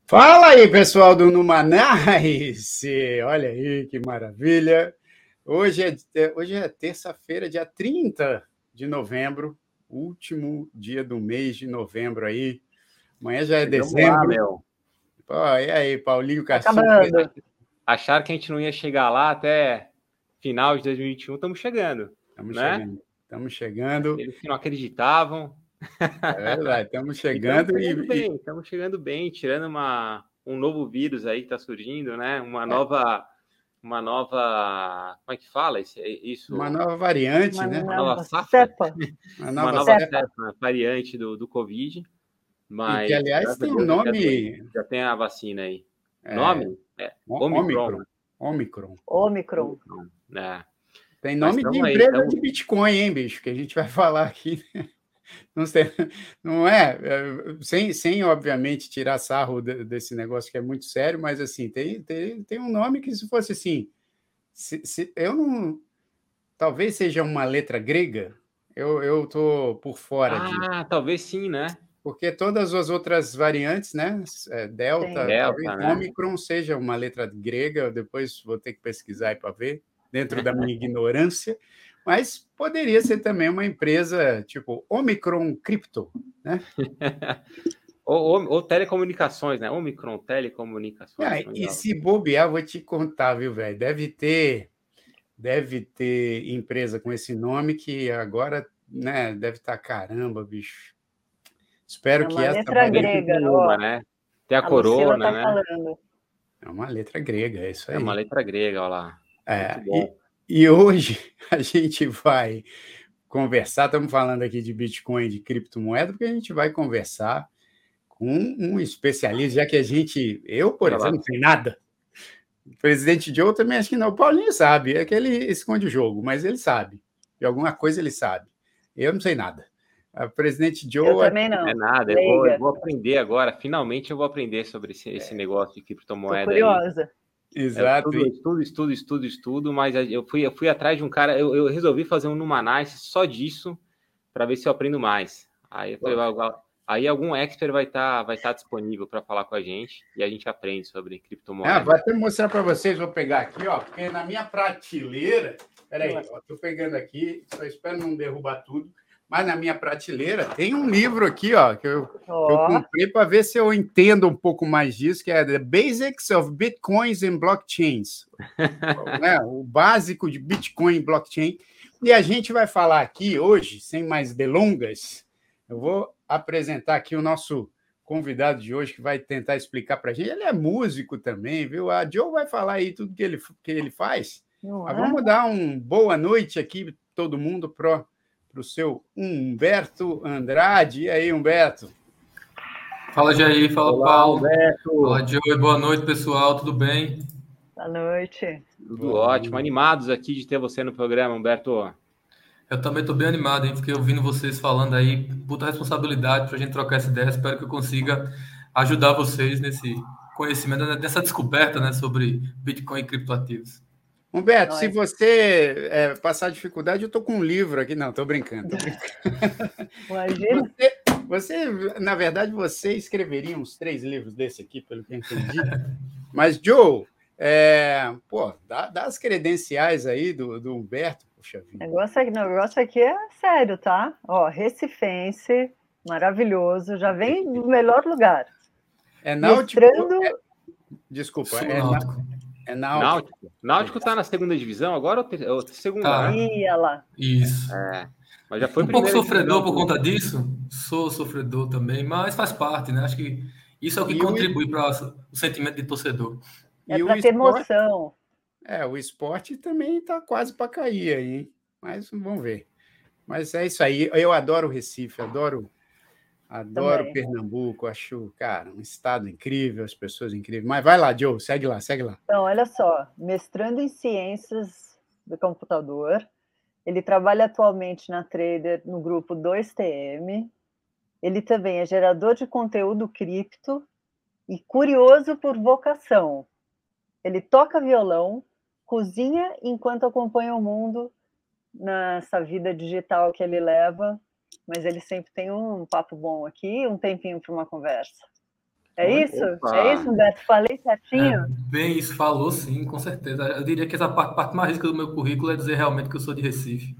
Fala aí, pessoal do Numanice! Olha aí que maravilha! Hoje é terça-feira, dia 30 de novembro, último dia do mês de novembro aí. Amanhã já é Chegamos lá, dezembro. meu. Pô, e aí, Paulinho Tá Castilho? acabando. Acharam que a gente não ia chegar lá até final de 2021, estamos chegando, Estamos né? chegando. Estamos chegando. Eles que não acreditavam. É verdade, estamos E chegando estamos chegando bem, tirando um novo vírus aí que está surgindo, né? Uma nova, como é que fala isso? uma nova variante, né? Uma nova safra? cepa. Uma nova variante do Covid, E que, mas aliás, graças a tem um Deus nome... já tem a vacina aí. Nome? Omicron. Omicron. É. Tem Mas nome de estamos aí, empresa de Bitcoin, hein, bicho? Que a gente vai falar aqui. Não sei, não é? Sem, obviamente, tirar sarro desse negócio que é muito sério, mas assim, tem um nome que, se fosse assim, eu não. Talvez seja uma letra grega, eu estou por fora disso. Talvez sim, né? Porque todas as outras variantes, né? Delta, talvez né? Omicron seja uma letra grega, eu depois vou ter que pesquisar aí para ver, dentro da minha ignorância, mas poderia ser também uma empresa tipo Omicron Crypto, né? ou telecomunicações, né? Omicron, telecomunicações. E se bobear, vou te contar, viu, velho? Deve ter empresa com esse nome que agora, né, deve estar caramba, bicho. Espero que essa letra grega, ó. Né? Tem a Lucila corona, tá né? falando. É uma letra grega, é isso aí. É uma letra grega, olha lá. Muito bom. E hoje a gente vai conversar, estamos falando aqui de Bitcoin, de criptomoeda, porque a gente vai conversar com um especialista, já que eu, por exemplo, não sei nada. O presidente Joe também acho que não. O Paulinho sabe, é que ele esconde o jogo, mas ele sabe. De alguma coisa ele sabe. Eu não sei nada. O presidente Joe... Eu também não. Não é nada, eu vou aprender agora. Finalmente eu vou aprender sobre esse negócio de criptomoeda. Tô curiosa. Aí. Exato. Estudo, mas eu fui atrás de um cara, eu resolvi fazer um Numanice só disso, para ver se eu aprendo mais. Aí eu falei, aí algum expert vai estar disponível para falar com a gente e a gente aprende sobre criptomoeda. Vou até mostrar para vocês, vou pegar aqui, ó, porque na minha prateleira, peraí, estou pegando aqui, só espero não derrubar tudo, mas na minha prateleira tem um livro aqui, ó, que eu comprei para ver se eu entendo um pouco mais disso, que é The Basics of Bitcoins and Blockchains, né? O básico de Bitcoin e blockchain. E a gente vai falar aqui hoje, sem mais delongas, eu vou apresentar aqui o nosso convidado de hoje, que vai tentar explicar para a gente. Ele é músico também, viu? A Joe vai falar aí tudo que ele faz. Mas vamos dar uma boa noite aqui, todo mundo, para o seu Humberto Andrade. E aí, Humberto? Fala, Jair. Fala, Olá, Paulo. Humberto. Fala, Joe. Boa noite, pessoal. Tudo bem? Boa noite. Tudo ótimo. Animados aqui de ter você no programa, Humberto. Eu também estou bem animado, hein? Fiquei ouvindo vocês falando aí. Puta responsabilidade para a gente trocar essa ideia. Espero que eu consiga ajudar vocês nesse conhecimento, nessa descoberta, né, sobre Bitcoin e criptoativos. Humberto, se você passar dificuldade, eu estou com um livro aqui. Não, estou brincando. Imagina. Na verdade, você escreveria uns 3 livros desse aqui, pelo que eu entendi. Mas, Joe, dá as credenciais aí do Humberto. Puxa vida. O negócio aqui é sério, tá? Ó, recifense, maravilhoso, já vem do melhor lugar. É náutico? Desculpa, Náutico. É náutico. Náutico tá na segunda divisão agora ou segunda, né? Ia lá. Isso. Mas já foi pouco sofredor por conta disso. Sou sofredor também, mas faz parte, né? Acho que isso é o que contribui para o sentimento de torcedor. É para ter emoção. O esporte também está quase para cair aí, hein? Mas vamos ver. Mas é isso aí. Eu adoro o Recife, adoro Pernambuco, acho, cara, um estado incrível, as pessoas incríveis. Mas vai lá, Joe, segue lá. Então, olha só, mestrando em ciências do computador, ele trabalha atualmente na Trader no grupo 2TM, ele também é gerador de conteúdo cripto e curioso por vocação. Ele toca violão, cozinha enquanto acompanha o mundo nessa vida digital que ele leva, mas ele sempre tem um papo bom aqui, um tempinho para uma conversa. É isso? É isso, Humberto? Falei certinho? Bem, isso falou sim, com certeza. Eu diria que essa parte mais rica do meu currículo é dizer realmente que eu sou de Recife.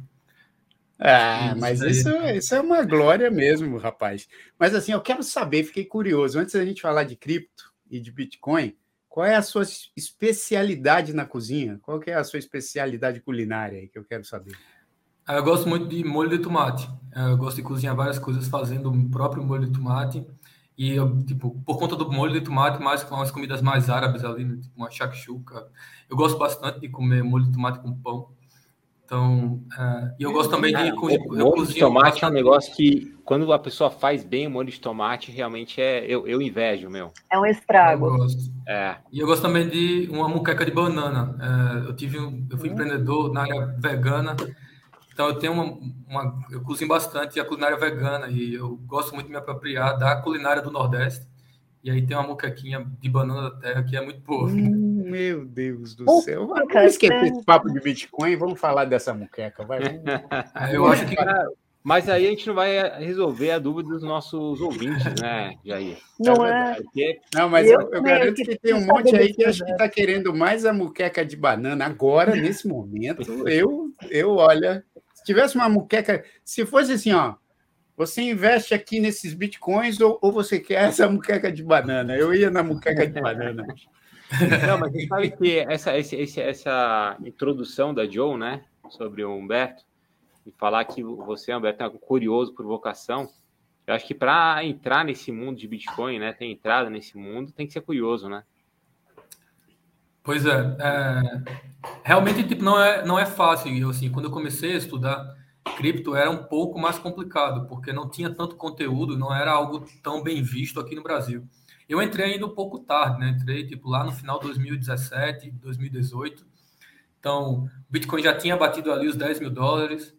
Mas isso é uma glória mesmo, rapaz. Mas assim, eu quero saber, fiquei curioso, antes da gente falar de cripto e de Bitcoin, qual é a sua especialidade na cozinha? Qual que é a sua especialidade culinária aí que eu quero saber? Eu gosto muito de molho de tomate. Eu gosto de cozinhar várias coisas fazendo o próprio molho de tomate. E eu, tipo, por conta do molho de tomate, mais com as comidas mais árabes ali, né? Tipo uma shakshuka. Eu gosto bastante de comer molho de tomate com pão. Então, e eu gosto também de molho de tomate é um negócio que, quando a pessoa faz bem o molho de tomate, realmente eu invejo, meu. É um estrago. Eu gosto. E eu gosto também de uma moqueca de banana. Eu fui empreendedor na área vegana, então eu tenho eu cozinho bastante a culinária vegana e eu gosto muito de me apropriar da culinária do Nordeste. E aí tem uma moquequinha de banana da terra que é muito boa. Meu Deus do céu. Vamos esquecer esse papo de Bitcoin, vamos falar dessa moqueca. Vai. Eu acho que... Mas aí a gente não vai resolver a dúvida dos nossos ouvintes, né, Jair? Não é? Não, mas eu garanto que tem um monte aí que acho que está querendo mais a moqueca de banana. Agora, nesse momento, olha, se tivesse uma moqueca, se fosse assim, ó, você investe aqui nesses bitcoins ou você quer essa moqueca de banana? Eu ia na moqueca de banana. Não, mas você sabe que essa introdução da Joe, né, sobre o Humberto, e falar que você, Humberto, é curioso por vocação, eu acho que para entrar nesse mundo de Bitcoin, né, ter entrada nesse mundo, tem que ser curioso, né? Pois realmente tipo, não é fácil. Eu, assim, quando eu comecei a estudar cripto era um pouco mais complicado, porque não tinha tanto conteúdo, não era algo tão bem visto aqui no Brasil. Eu entrei ainda um pouco tarde, né? Entrei tipo, lá no final de 2017, 2018. Então, o Bitcoin já tinha batido ali os $10.000,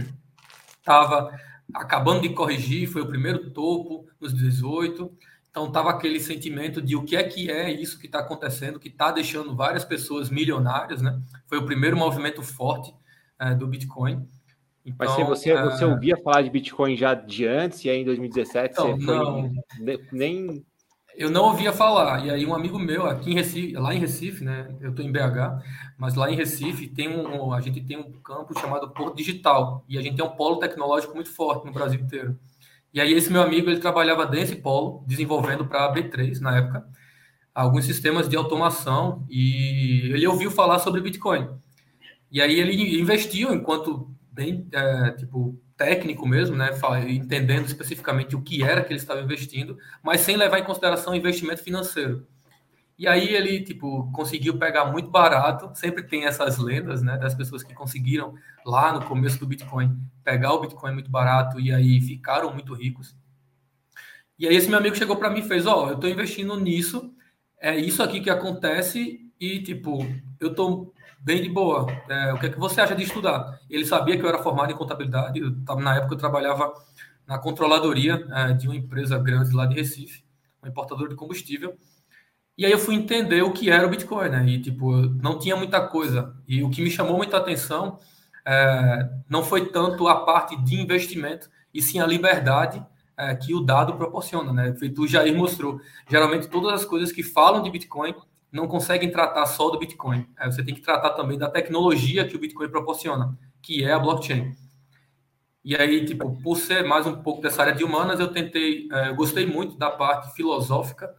estava acabando de corrigir, foi o primeiro topo nos 18. Então, estava aquele sentimento de o que é isso que está acontecendo, que está deixando várias pessoas milionárias, né? Foi o primeiro movimento forte do Bitcoin. Então, mas você ouvia falar de Bitcoin já de antes, e aí em 2017 então, você foi não, nem... Eu não ouvia falar. E aí um amigo meu aqui em Recife, lá em Recife, né? Eu estou em BH, mas lá em Recife a gente tem um campo chamado Porto Digital, e a gente tem um polo tecnológico muito forte no Brasil inteiro. E aí esse meu amigo, ele trabalhava nesse polo, desenvolvendo para a B3, na época, alguns sistemas de automação, e ele ouviu falar sobre Bitcoin. E aí ele investiu enquanto bem, técnico mesmo, né, entendendo especificamente o que era que ele estava investindo, mas sem levar em consideração o investimento financeiro. E aí ele, conseguiu pegar muito barato, sempre tem essas lendas, né, das pessoas que conseguiram, lá no começo do Bitcoin, pegar o Bitcoin muito barato e aí ficaram muito ricos. E aí esse meu amigo chegou para mim e fez, eu estou investindo nisso, é isso aqui que acontece e, eu estou bem de boa. O que é que você acha de estudar? Ele sabia que eu era formado em contabilidade, na época eu trabalhava na controladoria de uma empresa grande lá de Recife, uma importadora de combustível. E aí eu fui entender o que era o Bitcoin, né? E, não tinha muita coisa. E o que me chamou muita atenção não foi tanto a parte de investimento, e sim a liberdade que o dado proporciona, né? Feito o Jair mostrou. Geralmente todas as coisas que falam de Bitcoin não conseguem tratar só do Bitcoin. Você tem que tratar também da tecnologia que o Bitcoin proporciona, que é a blockchain. E aí, por ser mais um pouco dessa área de humanas, eu gostei muito da parte filosófica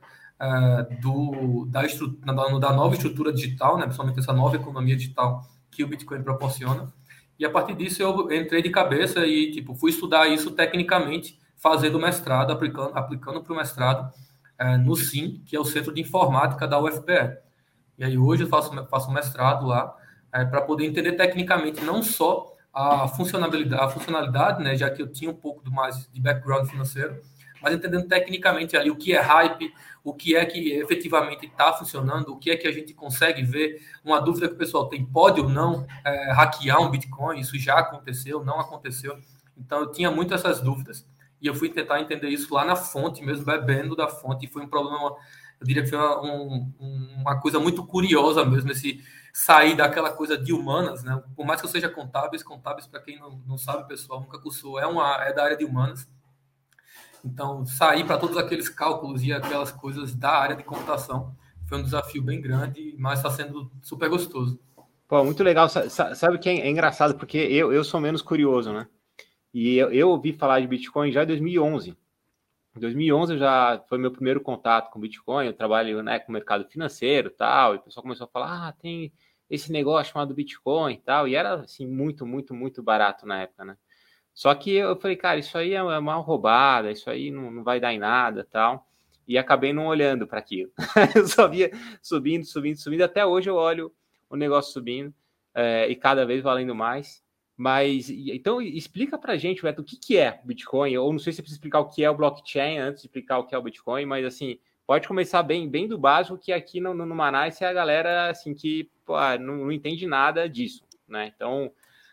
da nova estrutura digital, né? Principalmente essa nova economia digital que o Bitcoin proporciona. E a partir disso eu entrei de cabeça e fui estudar isso tecnicamente, fazendo mestrado, aplicando para o mestrado no SIM, que é o Centro de Informática da UFPE. E aí hoje eu faço mestrado lá para poder entender tecnicamente não só a funcionalidade, né, já que eu tinha um pouco mais de background financeiro, mas entendendo tecnicamente ali o que é hype, o que é que efetivamente está funcionando, o que é que a gente consegue ver. Uma dúvida que o pessoal tem, pode ou não hackear um Bitcoin? Isso já aconteceu, não aconteceu? Então eu tinha muito essas dúvidas e eu fui tentar entender isso lá na fonte mesmo, bebendo da fonte, e foi um problema, eu diria que foi uma coisa muito curiosa mesmo, esse sair daquela coisa de humanas, né? Por mais que eu seja contábeis, para quem não sabe, pessoal, nunca cursou, é da área de humanas. Então, sair para todos aqueles cálculos e aquelas coisas da área de computação foi um desafio bem grande, mas está sendo super gostoso. Pô, muito legal. Sabe o que é engraçado? Porque eu sou menos curioso, né? E eu ouvi falar de Bitcoin já em 2011. Em 2011 já foi meu primeiro contato com Bitcoin. Eu trabalho, né, com o mercado financeiro e tal. E o pessoal começou a falar, tem esse negócio chamado Bitcoin e tal. E era, assim, muito, muito, muito barato na época, né? Só que eu falei, cara, isso aí é uma roubada, isso aí não vai dar em nada tal. E acabei não olhando para aquilo. Eu só via subindo, subindo, subindo. Até hoje eu olho o negócio subindo e cada vez valendo mais. Mas, então, explica pra gente, Beto, o que é o Bitcoin? Ou não sei se você precisa explicar o que é o blockchain antes de explicar o que é o Bitcoin, mas, assim, pode começar bem do básico, que aqui no Manaus é a galera, assim, que pô, não entende nada disso, né? Então,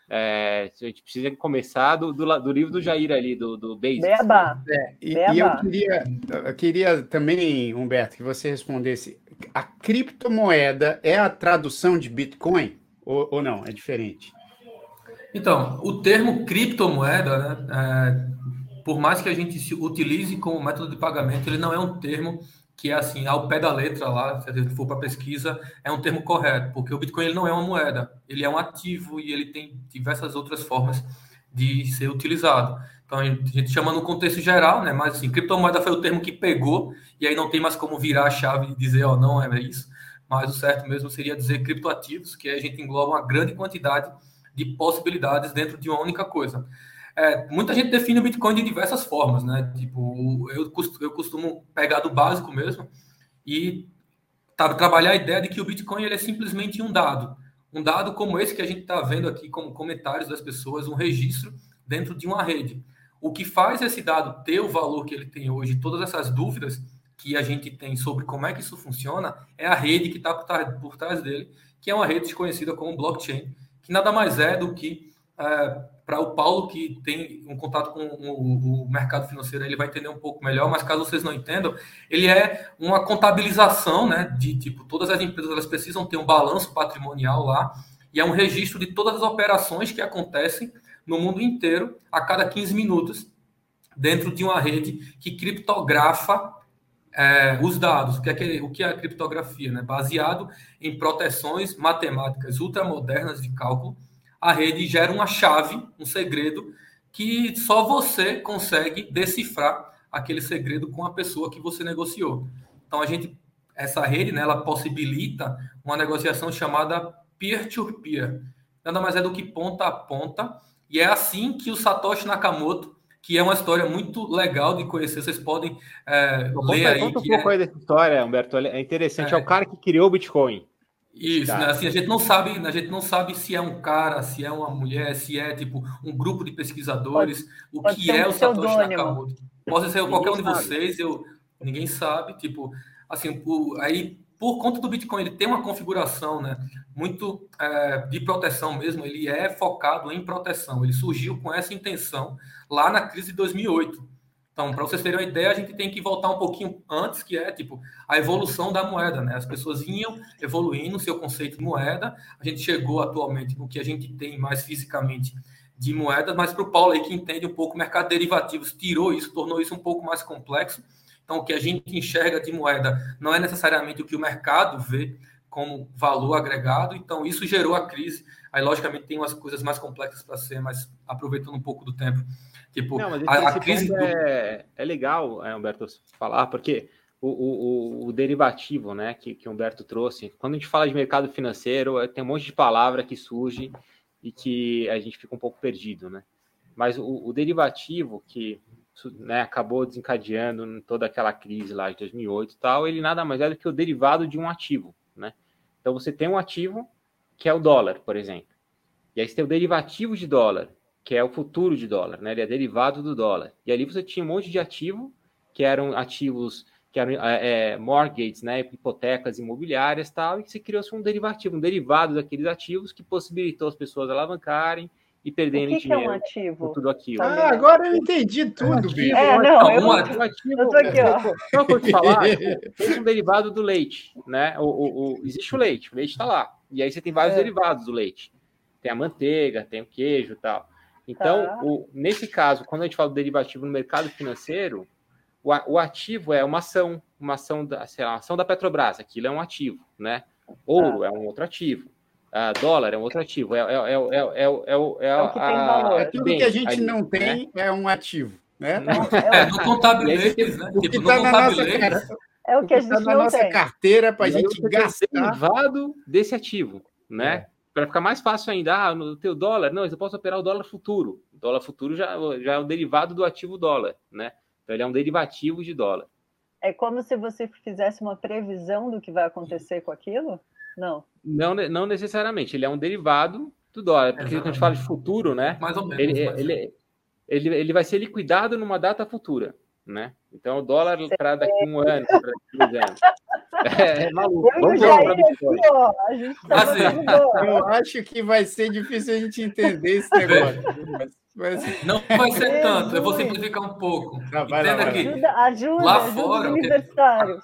a gente precisa começar do livro do Jair ali, do Basics. Beabá. E eu queria também, Humberto, que você respondesse. A criptomoeda é a tradução de Bitcoin ou não? É diferente? Então, o termo criptomoeda, né, por mais que a gente se utilize como método de pagamento, ele não é um termo que é assim, ao pé da letra lá, se a gente for para pesquisa, é um termo correto, porque o Bitcoin ele não é uma moeda, ele é um ativo e ele tem diversas outras formas de ser utilizado. Então, a gente chama no contexto geral, né, mas assim, criptomoeda foi o termo que pegou, e aí não tem mais como virar a chave e dizer, ó, não é isso, mas o certo mesmo seria dizer criptoativos, que a gente engloba uma grande quantidade de possibilidades dentro de uma única coisa. Muita gente define o Bitcoin de diversas formas, né? Tipo, eu costumo pegar do básico mesmo e trabalhar a ideia de que o Bitcoin ele é simplesmente um dado como esse que a gente está vendo aqui, como comentários das pessoas, um registro dentro de uma rede. O que faz esse dado ter o valor que ele tem hoje, todas essas dúvidas que a gente tem sobre como é que isso funciona, é a rede que está por trás dele, que é uma rede conhecida como blockchain, que nada mais é do que para o Paulo, que tem um contato com o mercado financeiro, ele vai entender um pouco melhor, mas caso vocês não entendam, ele é uma contabilização, né, de tipo, todas as empresas elas precisam ter um balanço patrimonial lá, e é um registro de todas as operações que acontecem no mundo inteiro a cada 15 minutos, dentro de uma rede que criptografa os dados. O que é a criptografia? Né? Baseado em proteções matemáticas ultramodernas de cálculo, a rede gera uma chave, um segredo, que só você consegue decifrar aquele segredo com a pessoa que você negociou. Então, essa rede, né, ela possibilita uma negociação chamada peer-to-peer. Nada mais é do que ponta a ponta, e é assim que o Satoshi Nakamoto, que é uma história muito legal de conhecer, vocês podem ler aí. Conta um pouco aí dessa história, Humberto, é interessante, é o cara que criou o Bitcoin. Isso, né? Assim, a gente não sabe se é um cara, se é uma mulher, se é tipo um grupo de pesquisadores, o que é o Satoshi Nakamoto. Pode ser qualquer um de vocês, ninguém sabe, tipo, assim, aí por conta do Bitcoin, ele tem uma configuração, né, muito de proteção mesmo, ele é focado em proteção, ele surgiu com essa intenção lá na crise de 2008. Então, para vocês terem uma ideia, a gente tem que voltar um pouquinho antes, que é tipo a evolução da moeda, né? As pessoas iam evoluindo seu conceito de moeda. A gente chegou atualmente no que a gente tem mais fisicamente de moeda, mas para o Paulo aí que entende um pouco o mercado de derivativos, tirou isso, tornou isso um pouco mais complexo. Então, o que a gente enxerga de moeda não é necessariamente o que o mercado vê como valor agregado. Então, isso gerou a crise. Aí, logicamente, tem umas coisas mais complexas para ser, mas aproveitando um pouco do tempo. Tipo, não, mas a crise é legal, Humberto, falar, porque o derivativo, né, que o Humberto trouxe, quando a gente fala de mercado financeiro, tem um monte de palavra que surge e que a gente fica um pouco perdido, né? Mas o derivativo que, né, acabou desencadeando toda aquela crise lá de 2008 e tal, ele nada mais é do que o derivado de um ativo, né? Então você tem um ativo que é o dólar, por exemplo, e aí você tem o derivativo de dólar, que é o futuro de dólar, né? Ele é derivado do dólar. E ali você tinha um monte de ativo, que eram ativos, que eram mortgages, né? Hipotecas imobiliárias e tal, e que você criou-se um derivativo, um derivado daqueles ativos que possibilitou as pessoas alavancarem e perderem dinheiro. O que é um ativo? Com tudo aquilo. Agora eu entendi tudo, bicho. Eu tô aqui, ó. Só por te falar, esse é um derivado do leite, né? Existe o leite está lá. E aí você tem vários derivados do leite. Tem a manteiga, tem o queijo e tal. Então, nesse caso, quando a gente fala do derivativo no mercado financeiro, O ativo é uma ação sei lá, ação da Petrobras, aquilo é um ativo, né? Ouro é um outro ativo. Dólar é um outro ativo. É o que tem valor. Tudo que a gente não tem, né? É um ativo. Né? No contabiletes, né? O que está na nossa carteira. É o que a gente não tem. Na nossa carteira para a gente gastar. Derivado desse ativo, né? Para ficar mais fácil ainda, no teu dólar, não, eu posso operar o dólar futuro. O dólar futuro já é um derivado do ativo dólar, né? Então ele é um derivativo de dólar. É como se você fizesse uma previsão do que vai acontecer com aquilo? Não. Não necessariamente, ele é um derivado do dólar, porque quando a gente fala de futuro, né? Mais ou menos. Ele vai ser liquidado numa data futura, né? Então o dólar para daqui a 1 ano, para daqui a 2 anos. É maluco. Vamos ver para Bitcoin. Eu acho que vai ser difícil a gente entender esse negócio. Não vai ser tanto, eu vou simplificar um pouco. Entenda aqui. Ajuda os universitários.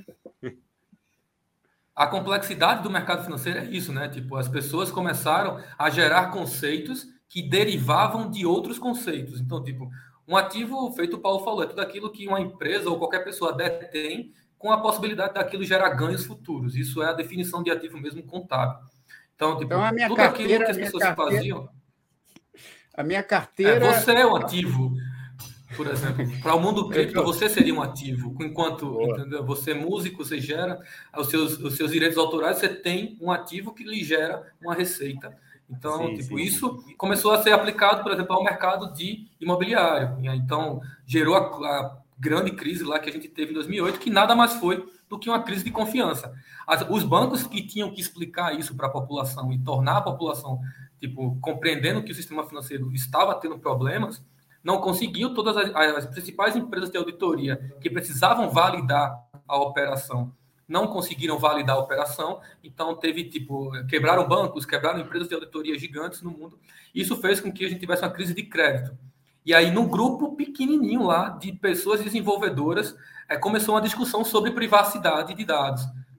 A complexidade do mercado financeiro é isso, né? Tipo, as pessoas começaram a gerar conceitos que derivavam de outros conceitos. Então, tipo, um ativo, feito o Paulo falou, é tudo aquilo que uma empresa ou qualquer pessoa detém com a possibilidade daquilo gerar ganhos futuros. Isso é a definição de ativo mesmo contábil. Então, tipo, a minha tudo carteira, aquilo que as pessoas faziam... A minha carteira... você é um ativo, por exemplo. Para o mundo cripto, você seria um ativo. Enquanto entendeu? Você é músico, você gera os seus direitos autorais, você tem um ativo que lhe gera uma receita. Então, isso começou a ser aplicado, por exemplo, ao mercado de imobiliário. Então, gerou a grande crise lá que a gente teve em 2008, que nada mais foi do que uma crise de confiança. Os bancos que tinham que explicar isso para a população e tornar a população, tipo, compreendendo que o sistema financeiro estava tendo problemas, não conseguiu. Todas as principais empresas de auditoria que precisavam validar a operação não conseguiram validar a operação, então quebraram bancos, quebraram empresas de auditoria gigantes no mundo. Isso fez com que a gente tivesse uma crise de crédito. E aí, num grupo pequenininho lá de pessoas desenvolvedoras, começou uma discussão sobre privacidade de dados.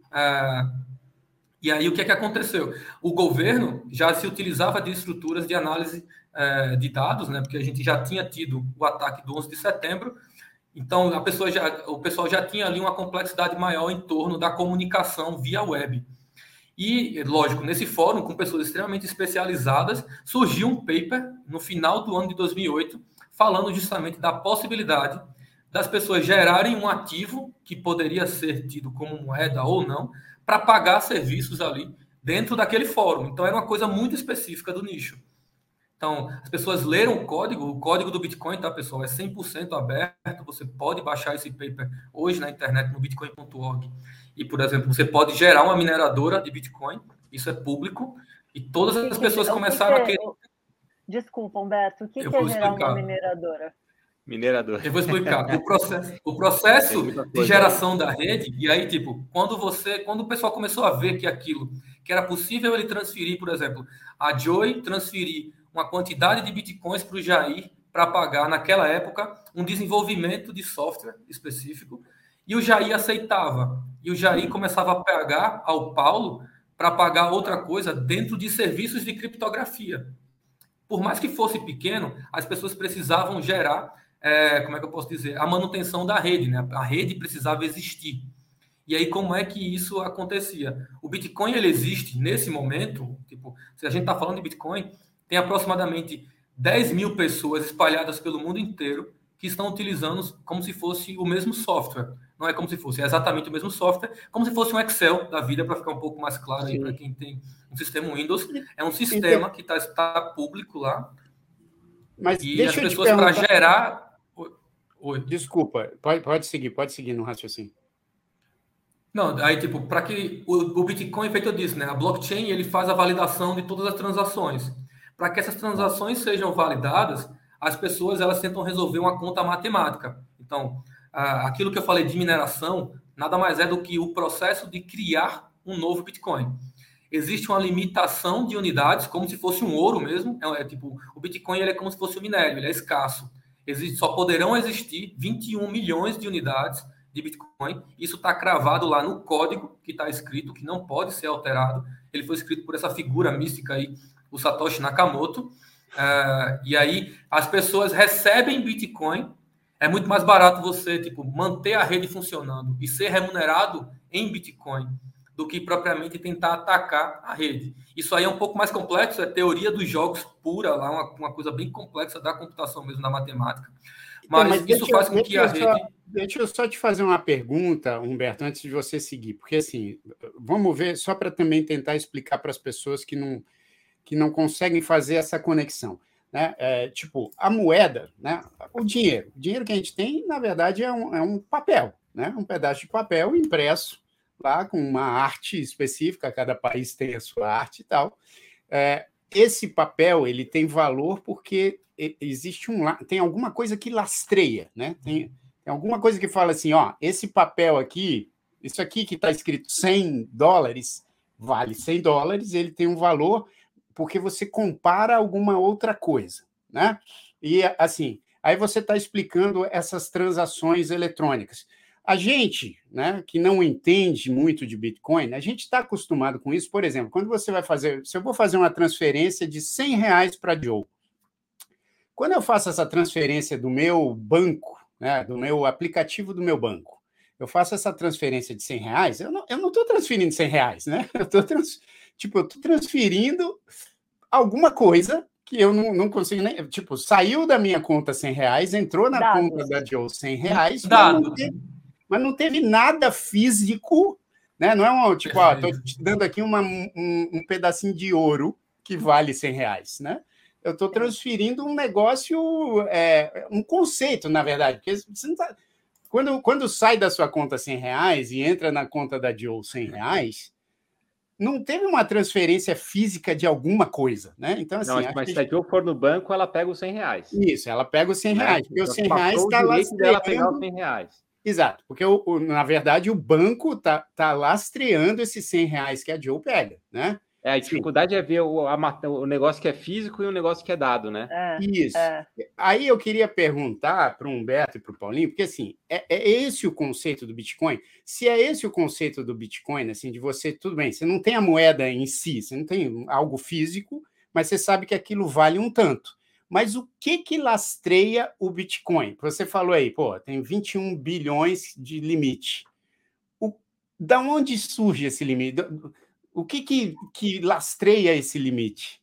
E aí, o que é que aconteceu? O governo já se utilizava de estruturas de análise de dados, né? Porque a gente já tinha tido o ataque do 11 de setembro, então o pessoal já tinha ali uma complexidade maior em torno da comunicação via web. E, lógico, nesse fórum, com pessoas extremamente especializadas, surgiu um paper no final do ano de 2008, falando justamente da possibilidade das pessoas gerarem um ativo que poderia ser tido como moeda ou não, para pagar serviços ali dentro daquele fórum. Então, era uma coisa muito específica do nicho. Então, as pessoas leram o código do Bitcoin, tá, pessoal? É 100% aberto, você pode baixar esse paper hoje na internet, no bitcoin.org. E, por exemplo, você pode gerar uma mineradora de Bitcoin, isso é público, e todas as pessoas começaram a querer... Desculpa, Humberto, o que é gerar uma mineradora? Minerador. Eu vou explicar. O processo de geração da rede, e aí, tipo, quando o pessoal começou a ver que era possível ele transferir, por exemplo, a Joy transferir uma quantidade de bitcoins para o Jair para pagar, naquela época, um desenvolvimento de software específico, e o Jair aceitava. E o Jair começava a pagar ao Paulo para pagar outra coisa dentro de serviços de criptografia. Por mais que fosse pequeno, as pessoas precisavam gerar, como é que eu posso dizer, a manutenção da rede, né? A rede precisava existir. E aí, como é que isso acontecia? O Bitcoin, ele existe nesse momento, tipo, se a gente está falando de Bitcoin, tem aproximadamente 10 mil pessoas espalhadas pelo mundo inteiro que estão utilizando como se fosse o mesmo software. Não é como se fosse, é exatamente o mesmo software, como se fosse um Excel da vida, para ficar um pouco mais claro aí para quem tem um sistema Windows. É um sistema que está público lá. Mas e deixa as pessoas, para gerar... Oi. Desculpa, pode seguir no raciocínio. Não, aí, tipo, para que o Bitcoin, feito eu disse, né? A blockchain, ele faz a validação de todas as transações. Para que essas transações sejam validadas, as pessoas, elas tentam resolver uma conta matemática. Então, aquilo que eu falei de mineração, nada mais é do que o processo de criar um novo Bitcoin. Existe uma limitação de unidades, como se fosse um ouro mesmo. Tipo, o Bitcoin, ele é como se fosse um minério, ele é escasso. Só poderão existir 21 milhões de unidades de Bitcoin. Isso está cravado lá no código que está escrito, que não pode ser alterado. Ele foi escrito por essa figura mística aí, o Satoshi Nakamoto. E aí as pessoas recebem Bitcoin. é muito mais barato você manter a rede funcionando e ser remunerado em Bitcoin do que propriamente tentar atacar a rede. Isso aí é um pouco mais complexo, é teoria dos jogos pura, lá uma coisa bem complexa da computação mesmo, da matemática. Mas isso faz com que a rede... Deixa eu só te fazer uma pergunta, Humberto, antes de você seguir, porque assim, vamos ver, só para também tentar explicar para as pessoas que não conseguem fazer essa conexão. Né? A moeda, né? O dinheiro que a gente tem, na verdade, é um papel, né? Um pedaço de papel impresso lá com uma arte específica, cada país tem a sua arte e tal. Esse papel ele tem valor porque existe tem alguma coisa que lastreia, né? Tem alguma coisa que fala assim, esse papel aqui, isso aqui que está escrito $100, vale $100, ele tem um valor porque você compara alguma outra coisa, né? E assim, aí você está explicando essas transações eletrônicas. A gente, né, que não entende muito de Bitcoin, a gente está acostumado com isso. Por exemplo, quando você vai fazer, se eu vou fazer uma transferência de R$100 para Joe, quando eu faço essa transferência do meu banco, né, do meu aplicativo do meu banco, eu faço essa transferência de R$100, eu não estou transferindo R$100, né? Eu estou transferindo alguma coisa que eu não consigo nem... saiu da minha conta R$100, entrou na conta da Joe R$100, mas não teve nada físico, né? Não é estou te dando aqui um pedacinho de ouro que vale R$100, né? Eu estou transferindo um negócio, um conceito, na verdade, porque você não tá... Quando sai da sua conta R$100 e entra na conta da Joe R$100, não teve uma transferência física de alguma coisa, né? Então, assim... Não, mas se a Joe for no banco, ela pega os R$100. Isso, ela pega os R$100, né? porque os R$100 está lastreando... dela pegar os R$100. Exato, porque, na verdade, o banco está lastreando esses R$100 que a Joe pega, né? A dificuldade é ver o negócio que é físico e o negócio que é dado, né? Isso. Aí eu queria perguntar para o Humberto e para o Paulinho, porque assim, é esse o conceito do Bitcoin? Se é esse o conceito do Bitcoin, assim, de você, tudo bem, você não tem a moeda em si, você não tem algo físico, mas você sabe que aquilo vale um tanto. Mas o que lastreia o Bitcoin? Você falou aí, tem 21 bilhões de limite. Da onde surge esse limite? O que lastreia esse limite?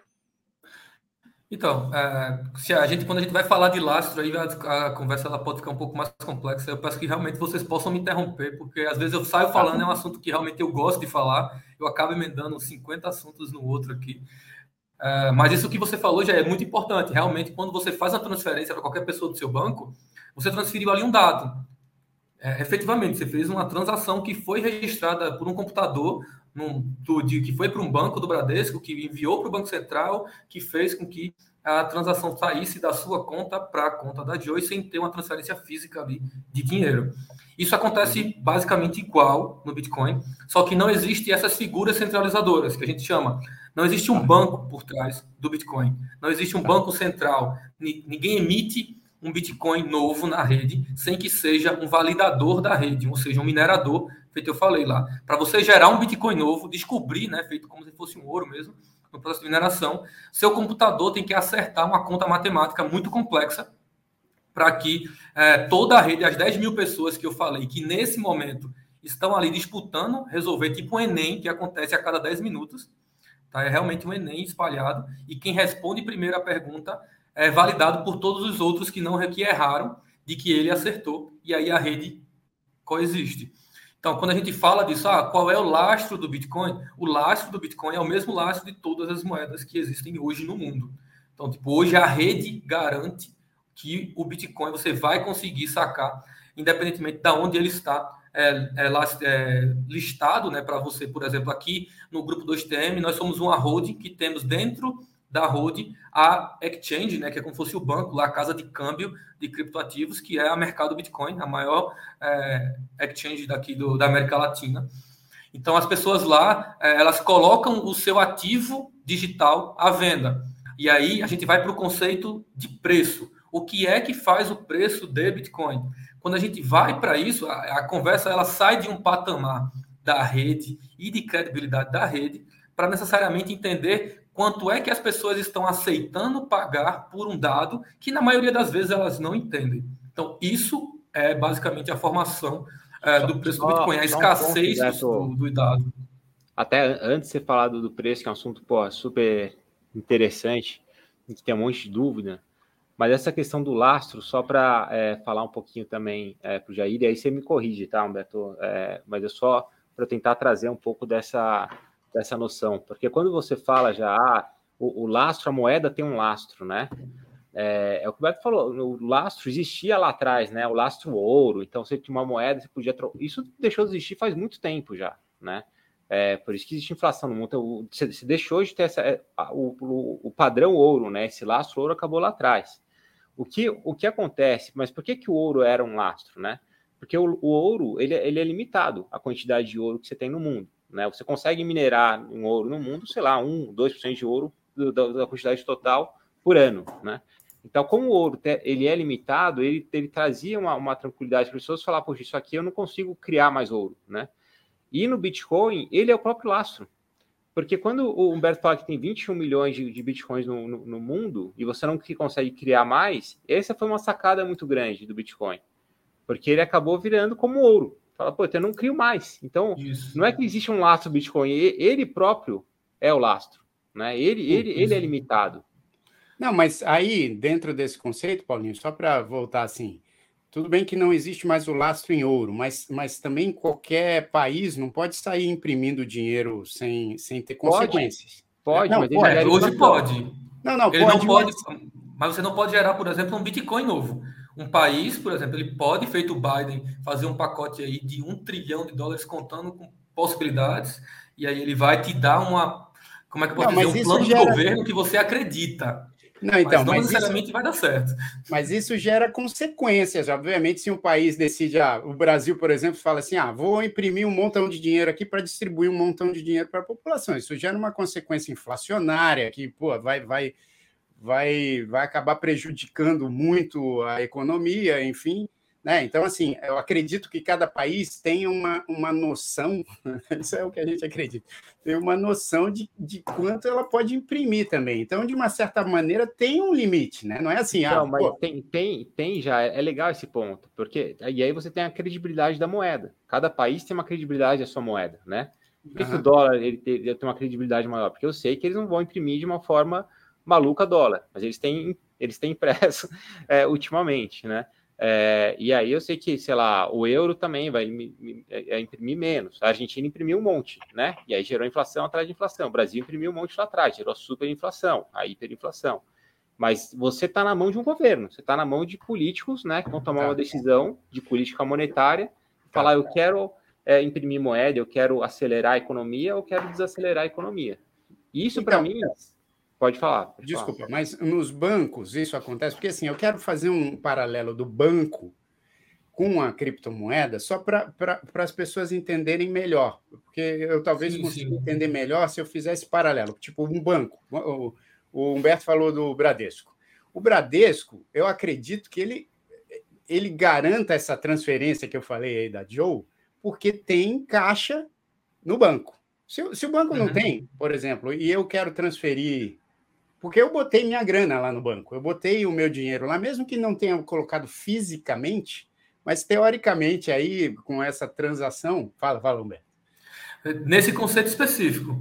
Então, quando a gente vai falar de lastro, aí a conversa ela pode ficar um pouco mais complexa. Eu peço que realmente vocês possam me interromper, porque às vezes eu saio falando, é um assunto que realmente eu gosto de falar, eu acabo emendando 50 assuntos no outro aqui. Mas isso que você falou já é muito importante. Realmente, quando você faz uma transferência para qualquer pessoa do seu banco, você transferiu ali um dado. Efetivamente, você fez uma transação que foi registrada por um computador que foi para um banco do Bradesco, que enviou para o Banco Central, que fez com que a transação saísse da sua conta para a conta da Joe sem ter uma transferência física ali de dinheiro. Isso acontece basicamente igual no Bitcoin, só que não existe essas figuras centralizadoras, que a gente chama. Não existe um banco por trás do Bitcoin. Não existe um banco central. Ninguém emite um Bitcoin novo na rede sem que seja um validador da rede, ou seja, um minerador, feito eu falei lá. Para você gerar um Bitcoin novo, descobrir, né, feito como se fosse um ouro mesmo, no processo de mineração, seu computador tem que acertar uma conta matemática muito complexa para que toda a rede, as 10 mil pessoas que eu falei, que nesse momento estão ali disputando, resolver tipo um Enem, que acontece a cada 10 minutos, tá? É realmente um Enem espalhado, e quem responde primeiro a pergunta é validado por todos os outros que erraram de que ele acertou, e aí a rede coexiste. Então, quando a gente fala disso, qual é o lastro do Bitcoin? O lastro do Bitcoin é o mesmo lastro de todas as moedas que existem hoje no mundo. Então, hoje a rede garante que o Bitcoin você vai conseguir sacar, independentemente de onde ele está listado, né? Para você, por exemplo, aqui no grupo 2TM, nós somos uma holding que temos dentro da holding a exchange, né, que é como se fosse o banco, lá, a casa de câmbio de criptoativos, que é a Mercado Bitcoin, a maior exchange daqui da América Latina. Então, as pessoas lá, elas colocam o seu ativo digital à venda. E aí, a gente vai para o conceito de preço. O que é que faz o preço de Bitcoin? Quando a gente vai para isso, a conversa ela sai de um patamar da rede e de credibilidade da rede para necessariamente entender quanto é que as pessoas estão aceitando pagar por um dado que, na maioria das vezes, elas não entendem. Então, isso é basicamente a formação do preço do Bitcoin, a escassez do dado. Até antes de você falar do preço, que é um assunto super interessante, a gente tem um monte de dúvida, mas essa questão do lastro, só para falar um pouquinho também para o Jair, e aí você me corrige, tá, Humberto? Mas é só para tentar trazer um pouco dessa noção, porque quando você fala já, o lastro, a moeda tem um lastro, né? É o que o Humberto falou, o lastro existia lá atrás, né? O lastro ouro, então você tinha uma moeda, você podia... Isso deixou de existir faz muito tempo já, né? Por isso que existe inflação no mundo. Então, você deixou de ter o padrão ouro, né? Esse lastro ouro acabou lá atrás. O que acontece? Mas por que o ouro era um lastro, né? Porque o ouro ele é limitado, a quantidade de ouro que você tem no mundo, né? Você consegue minerar um ouro no mundo, sei lá, 2% de ouro da quantidade total por ano, né? Então, como o ouro ele é limitado, ele trazia uma tranquilidade para as pessoas falar, poxa, isso aqui eu não consigo criar mais ouro, né? E no Bitcoin, ele é o próprio lastro. Porque quando o Humberto fala que tem 21 milhões de Bitcoins no mundo e você não consegue criar mais, essa foi uma sacada muito grande do Bitcoin. Porque ele acabou virando como ouro. Fala, pô, eu não crio mais. Então, não é que existe um lastro Bitcoin, ele próprio é o lastro, né? Ele é limitado. Não, mas aí, dentro desse conceito, Paulinho, só para voltar assim, tudo bem que não existe mais o lastro em ouro, mas também qualquer país não pode sair imprimindo dinheiro sem ter consequências. Pode, não, mas hoje pode. Ele pode. Não pode, mas você não pode gerar, por exemplo, um Bitcoin novo. Um país, por exemplo, ele pode, feito o Biden, fazer um pacote aí de $1 trilhão contando com possibilidades, e aí ele vai te dar como é que eu posso dizer, um plano de governo que você acredita. Não, então, mas não necessariamente vai dar certo. Mas isso gera consequências, obviamente, se um país decide, o Brasil, por exemplo, fala assim, vou imprimir um montão de dinheiro aqui para distribuir um montão de dinheiro para a população. Isso gera uma consequência inflacionária que, vai acabar prejudicando muito a economia, enfim. Né? Então, assim, eu acredito que cada país tem uma noção, isso é o que a gente acredita, tem uma noção de quanto ela pode imprimir também. Então, de uma certa maneira, tem um limite, né? Não é assim... mas tem já, é legal esse ponto, porque e aí você tem a credibilidade da moeda. Cada país tem uma credibilidade da sua moeda, né? Por que o dólar ele tem uma credibilidade maior? Porque eu sei que eles não vão imprimir de uma forma maluca dólar, mas eles têm impresso ultimamente, né? E aí eu sei que, sei lá, o euro também vai imprimir menos. A Argentina imprimiu um monte, né? E aí gerou inflação atrás de inflação. O Brasil imprimiu um monte lá atrás, gerou a superinflação, a hiperinflação. Mas você está na mão de um governo, você está na mão de políticos, né? Que vão tomar uma decisão de política monetária, falar, eu quero imprimir moeda, eu quero acelerar a economia, eu quero desacelerar a economia. Isso, para mim... Pode falar. Desculpa, mas nos bancos isso acontece, porque assim, eu quero fazer um paralelo do banco com a criptomoeda só para as pessoas entenderem melhor, porque eu talvez consiga entender melhor se eu fizer esse paralelo, tipo um banco. O Humberto falou do Bradesco. O Bradesco, eu acredito que ele garanta essa transferência que eu falei aí da Joe, porque tem caixa no banco. Se o banco não tem, por exemplo, e eu quero transferir... Porque eu botei minha grana lá no banco, eu botei o meu dinheiro lá, mesmo que não tenha colocado fisicamente, mas teoricamente aí, com essa transação... Fala, Humberto. Nesse conceito específico,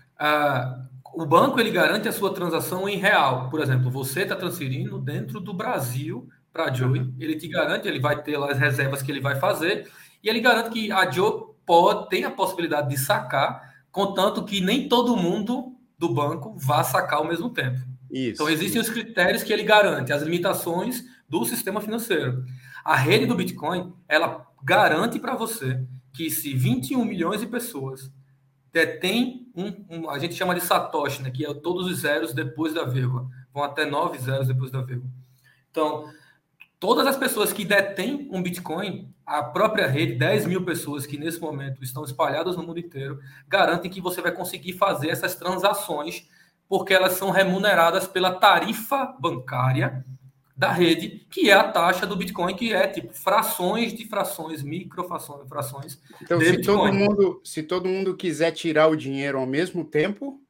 o banco ele garante a sua transação em real. Por exemplo, você está transferindo dentro do Brasil para a Joe, ele te garante, ele vai ter lá as reservas que ele vai fazer, e ele garante que a Joe tem a possibilidade de sacar, contanto que nem todo mundo do banco vá sacar ao mesmo tempo. Então, existem os critérios que ele garante, as limitações do sistema financeiro. A rede do Bitcoin, ela garante para você que se 21 milhões de pessoas detêm a gente chama de Satoshi, né, que é todos os zeros depois da vírgula, vão até 9 zeros depois da vírgula. Então, todas as pessoas que detêm um Bitcoin, a própria rede, 10 mil pessoas que nesse momento estão espalhadas no mundo inteiro, garantem que você vai conseguir fazer essas transações, porque elas são remuneradas pela tarifa bancária da rede, que é a taxa do Bitcoin, que é tipo frações de frações, microfrações. Então, se todo mundo quiser tirar o dinheiro ao mesmo tempo,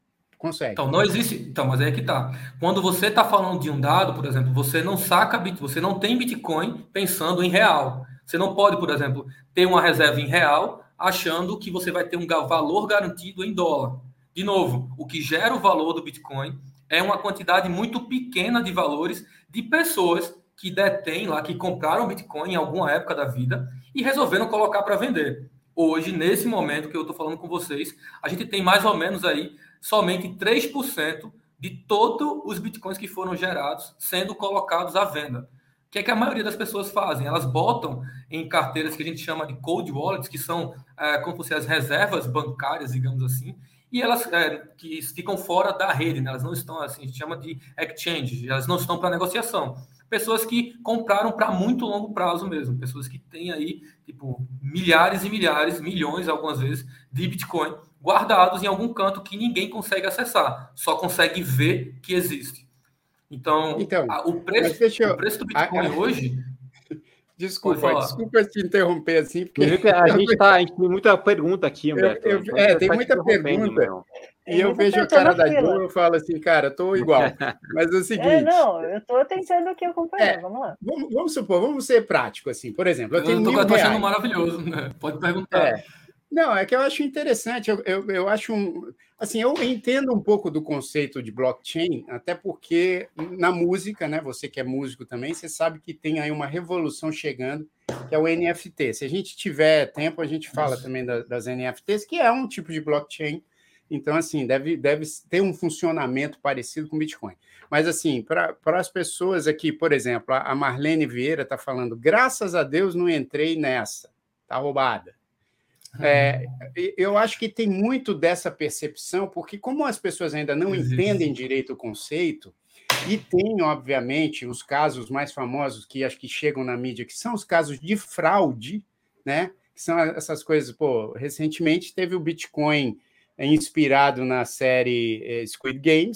Consegue. Então, não existe. Então, mas aí é que tá. Quando você está falando de um dado, por exemplo, você não saca você não tem Bitcoin pensando em real. Você não pode, por exemplo, ter uma reserva em real achando que você vai ter um valor garantido em dólar. De novo, o que gera o valor do Bitcoin é uma quantidade muito pequena de valores de pessoas que detêm lá, que compraram Bitcoin em alguma época da vida e resolveram colocar para vender. Hoje, nesse momento que eu estou falando com vocês, a gente tem mais ou menos aí somente 3% de todos os bitcoins que foram gerados sendo colocados à venda. O que é que a maioria das pessoas fazem? Elas botam em carteiras que a gente chama de cold wallets, que são como se fossem as reservas bancárias, digamos assim, e elas que ficam fora da rede, né? Elas não estão, assim, a gente chama de exchange, elas não estão para negociação. Pessoas que compraram para muito longo prazo mesmo, pessoas que têm aí, tipo, milhares e milhares, milhões, algumas vezes, de Bitcoin guardados em algum canto que ninguém consegue acessar, só consegue ver que existe. Então o preço do Bitcoin hoje... Desculpa te interromper assim, porque a gente tem muita pergunta aqui, Humberto. Tem muita pergunta. E eu vejo a cara da Jo, eu falo assim, cara, estou igual. Mas é o seguinte... não, eu estou tentando aqui acompanhar, vamos lá. Vamos supor, vamos ser práticos, assim. Por exemplo, eu tenho R$1.000. Eu estou achando maravilhoso, né? Pode perguntar. Não, é que eu acho interessante. Eu acho assim, eu entendo um pouco do conceito de blockchain, até porque na música, né? Você que é músico também, você sabe que tem aí uma revolução chegando, que é o NFT. Se a gente tiver tempo, a gente fala também das NFTs, que é um tipo de blockchain. Então, assim, deve ter um funcionamento parecido com o Bitcoin. Mas, assim, para as pessoas aqui, por exemplo, a Marlene Vieira está falando, graças a Deus não entrei nessa, está roubada. Eu acho que tem muito dessa percepção, porque como as pessoas ainda não entendem direito o conceito, e tem, obviamente, os casos mais famosos que acho que chegam na mídia, que são os casos de fraude, né? Que são essas coisas, recentemente teve o Bitcoin inspirado na série Squid Game,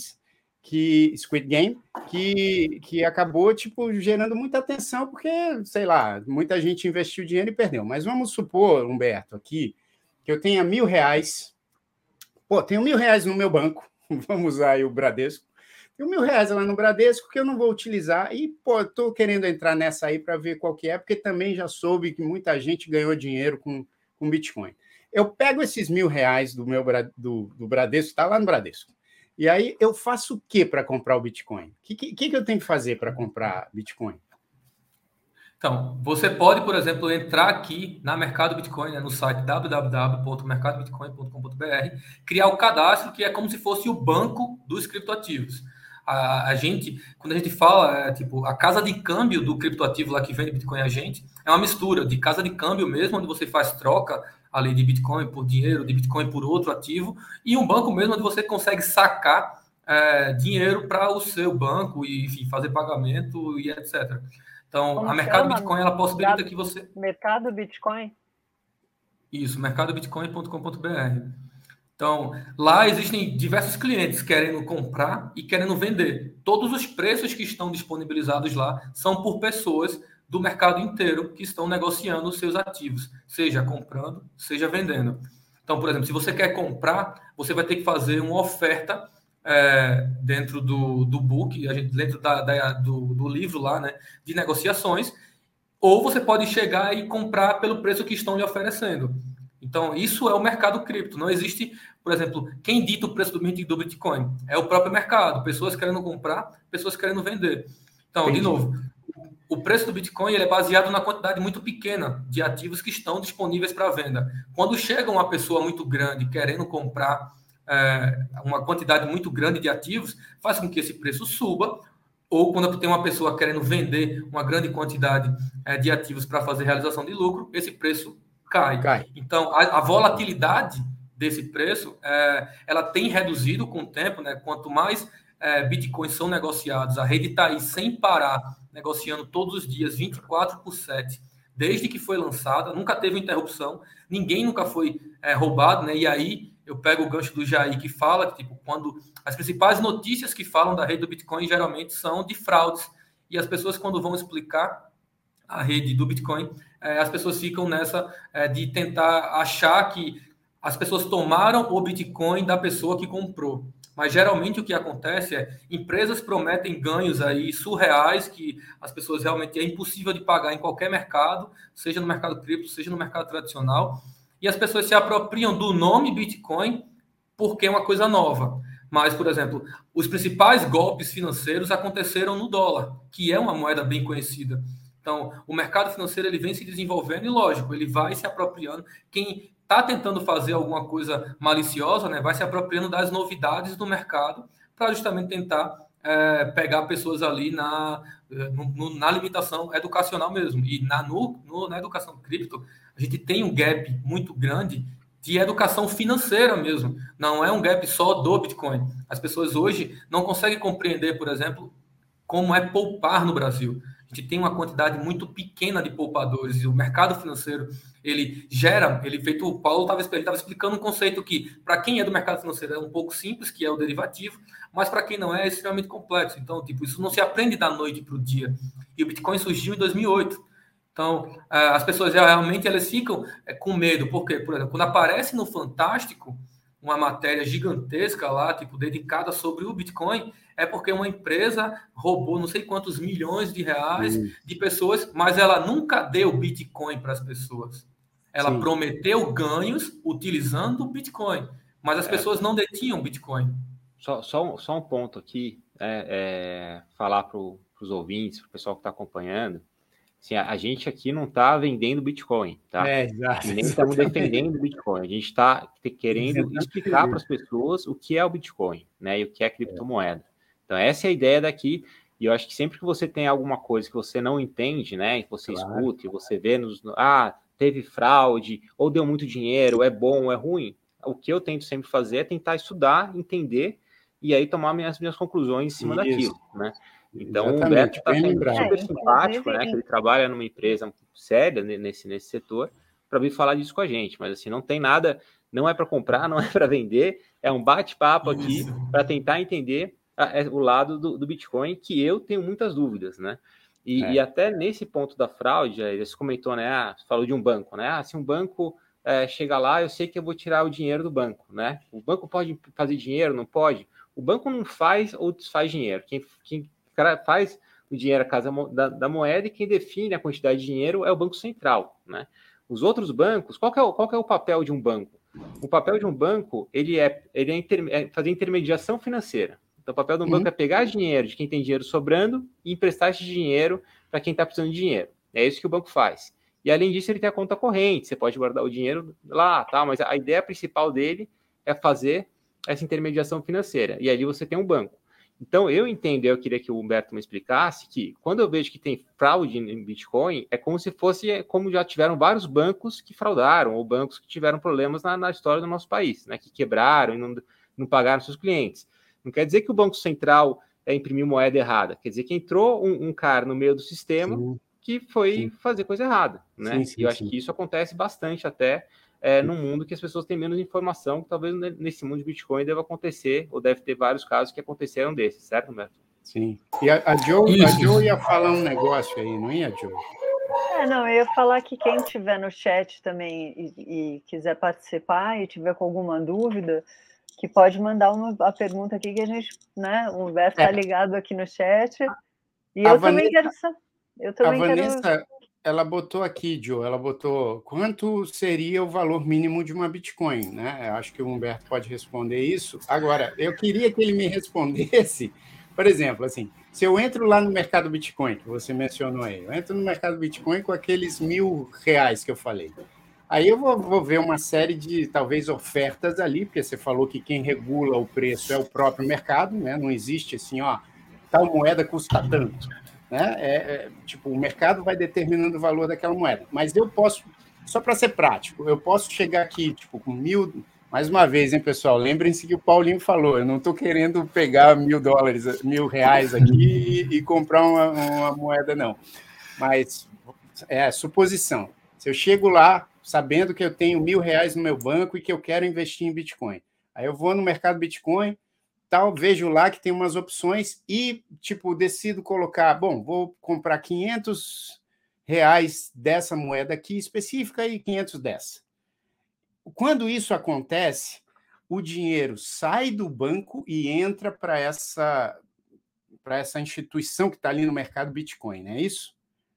que acabou gerando muita atenção, porque, sei lá, muita gente investiu dinheiro e perdeu. Mas vamos supor, Humberto, aqui, que eu tenha R$1.000. Tenho R$1.000 no meu banco, vamos usar aí o Bradesco. Tenho R$1.000 lá no Bradesco que eu não vou utilizar e, estou querendo entrar nessa aí para ver qual que é, porque também já soube que muita gente ganhou dinheiro com Bitcoin. Eu pego esses R$1.000 do Bradesco, está lá no Bradesco. E aí eu faço o que para comprar o Bitcoin? O que eu tenho que fazer para comprar Bitcoin? Então, você pode, por exemplo, entrar aqui na Mercado Bitcoin, né, no site www.mercadobitcoin.com.br, criar o cadastro, que é como se fosse o banco dos criptoativos. A gente, quando a gente fala, a casa de câmbio do criptoativo lá que vende Bitcoin a gente, é uma mistura de casa de câmbio mesmo, onde você faz troca ali de Bitcoin por dinheiro, de Bitcoin por outro ativo, e um banco mesmo onde você consegue sacar dinheiro para o seu banco e, enfim, fazer pagamento e etc. Então, Como a Mercado chama? Bitcoin, ela possibilita que você... Mercado Bitcoin? Isso, mercadobitcoin.com.br. Então, lá existem diversos clientes querendo comprar e querendo vender. Todos os preços que estão disponibilizados lá são por pessoas do mercado inteiro que estão negociando os seus ativos, seja comprando, seja vendendo. Então, por exemplo, se você quer comprar, você vai ter que fazer uma oferta dentro do book, dentro do livro lá, né, de negociações, ou você pode chegar e comprar pelo preço que estão lhe oferecendo. Então, isso é o mercado cripto. Não existe, por exemplo, quem dita o preço do Bitcoin. É o próprio mercado. Pessoas querendo comprar, pessoas querendo vender. Então, Entendi. De novo, o preço do Bitcoin ele é baseado na quantidade muito pequena de ativos que estão disponíveis para venda. Quando chega uma pessoa muito grande querendo comprar uma quantidade muito grande de ativos, faz com que esse preço suba, ou quando tem uma pessoa querendo vender uma grande quantidade de ativos para fazer realização de lucro, esse preço cai. Então, a volatilidade desse preço, ela tem reduzido com o tempo, né? Quanto mais bitcoins são negociados, a rede está aí sem parar, negociando todos os dias, 24/7, desde que foi lançada, nunca teve interrupção, ninguém nunca foi roubado, né? E aí eu pego o gancho do Jair, que fala que, quando as principais notícias que falam da rede do Bitcoin geralmente são de fraudes, e as pessoas, quando vão explicar a rede do Bitcoin, as pessoas ficam nessa de tentar achar que as pessoas tomaram o Bitcoin da pessoa que comprou. Mas geralmente o que acontece é empresas prometem ganhos aí surreais que as pessoas realmente é impossível de pagar em qualquer mercado, seja no mercado cripto, seja no mercado tradicional, e as pessoas se apropriam do nome Bitcoin porque é uma coisa nova. Mas, por exemplo, os principais golpes financeiros aconteceram no dólar, que é uma moeda bem conhecida. Então, o mercado financeiro ele vem se desenvolvendo e, lógico, ele vai se apropriando. Quem está tentando fazer alguma coisa maliciosa, né, vai se apropriando das novidades do mercado para justamente tentar pegar pessoas ali na limitação educacional mesmo. E na educação cripto, a gente tem um gap muito grande de educação financeira mesmo. Não é um gap só do Bitcoin. As pessoas hoje não conseguem compreender, por exemplo, como é poupar no Brasil. A gente tem uma quantidade muito pequena de poupadores e o mercado financeiro, ele feito o Paulo estava explicando um conceito que, para quem é do mercado financeiro, é um pouco simples, que é o derivativo, mas para quem não é extremamente complexo. Então, tipo, isso não se aprende da noite para o dia. E o Bitcoin surgiu em 2008. Então, as pessoas realmente elas ficam com medo, porque, por exemplo, quando aparece no Fantástico uma matéria gigantesca lá, tipo, dedicada sobre o Bitcoin, é porque uma empresa roubou não sei quantos milhões de reais de pessoas, mas ela nunca deu Bitcoin para as pessoas. Ela prometeu ganhos utilizando o Bitcoin, mas as pessoas não detinham Bitcoin. Só um ponto aqui, falar para os ouvintes, para o pessoal que está acompanhando. Assim, a gente aqui não está vendendo Bitcoin, tá? Exato, e nem estamos defendendo o Bitcoin. A gente está querendo explicar para as pessoas o que é o Bitcoin, né? E o que é criptomoeda. Então, essa é a ideia daqui. E eu acho que sempre que você tem alguma coisa que você não entende, né? Que você escuta e você vê teve fraude, ou deu muito dinheiro, é bom, ou é ruim. O que eu tento sempre fazer é tentar estudar, entender, e aí tomar minhas conclusões em cima daquilo, né? Então, exatamente. O Humberto está sendo super É, simpático, né? Que ele trabalha numa empresa séria nesse setor, para vir falar disso com a gente. Mas assim, não tem nada, não é para comprar, não é para vender, é um bate-papo aqui para tentar entender o lado do Bitcoin, que eu tenho muitas dúvidas, né? E até nesse ponto da fraude, você comentou, né? Você falou de um banco, né? Se um banco chega lá, eu sei que eu vou tirar o dinheiro do banco, né? O banco pode fazer dinheiro, não pode? O banco não faz ou desfaz dinheiro. Quem faz o dinheiro a casa da moeda e quem define a quantidade de dinheiro é o Banco Central, né? Os outros bancos, qual que é o papel de um banco? O papel de um banco, ele é fazer intermediação financeira. Então, o papel de um banco é pegar dinheiro de quem tem dinheiro sobrando e emprestar esse dinheiro para quem está precisando de dinheiro. É isso que o banco faz. E, além disso, ele tem a conta corrente. Você pode guardar o dinheiro lá, tá? Mas a ideia principal dele é fazer essa intermediação financeira. E ali você tem um banco. Então, eu queria que o Humberto me explicasse que quando eu vejo que tem fraude em Bitcoin, é como se fosse, como já tiveram vários bancos que fraudaram, ou bancos que tiveram problemas na história do nosso país, né, que quebraram e não pagaram seus clientes. Não quer dizer que o Banco Central imprimiu moeda errada, quer dizer que entrou um cara no meio do sistema que foi fazer coisa errada, né? E eu acho que isso acontece bastante até num mundo que as pessoas têm menos informação, que talvez nesse mundo de Bitcoin deva acontecer, ou deve ter vários casos que aconteceram desses, certo, Humberto? Sim. E a Jo ia falar um negócio aí, não ia, Jo? Não, eu ia falar que quem estiver no chat também e quiser participar e tiver com alguma dúvida, que pode mandar a pergunta aqui que a gente, né, o Humberto está ligado aqui no chat. E eu também quero saber. A Vanessa, ela botou aqui, Jo, quanto seria o valor mínimo de uma Bitcoin, né? Eu acho que o Humberto pode responder isso. Agora, eu queria que ele me respondesse, por exemplo, assim, se eu entro lá no mercado Bitcoin, que você mencionou aí, eu entro no mercado Bitcoin com aqueles R$1.000 que eu falei. Aí eu vou ver uma série de, talvez, ofertas ali, porque você falou que quem regula o preço é o próprio mercado, né? Não existe assim, tal moeda custa tanto. Né? Tipo, o mercado vai determinando o valor daquela moeda. Mas eu posso, só para ser prático, eu posso chegar aqui tipo, com $1.000. Mais uma vez, hein, pessoal? Lembrem-se que o Paulinho falou, eu não estou querendo pegar R$1.000 aqui e comprar uma moeda, não. Mas é suposição. Se eu chego lá sabendo que eu tenho R$1.000 no meu banco e que eu quero investir em Bitcoin, aí eu vou no mercado Bitcoin, vejo lá que tem umas opções e, tipo, decido colocar, vou comprar R$500 dessa moeda aqui específica e 500 dessa. Quando isso acontece, o dinheiro sai do banco e entra para essa instituição que está ali no mercado Bitcoin, não é isso?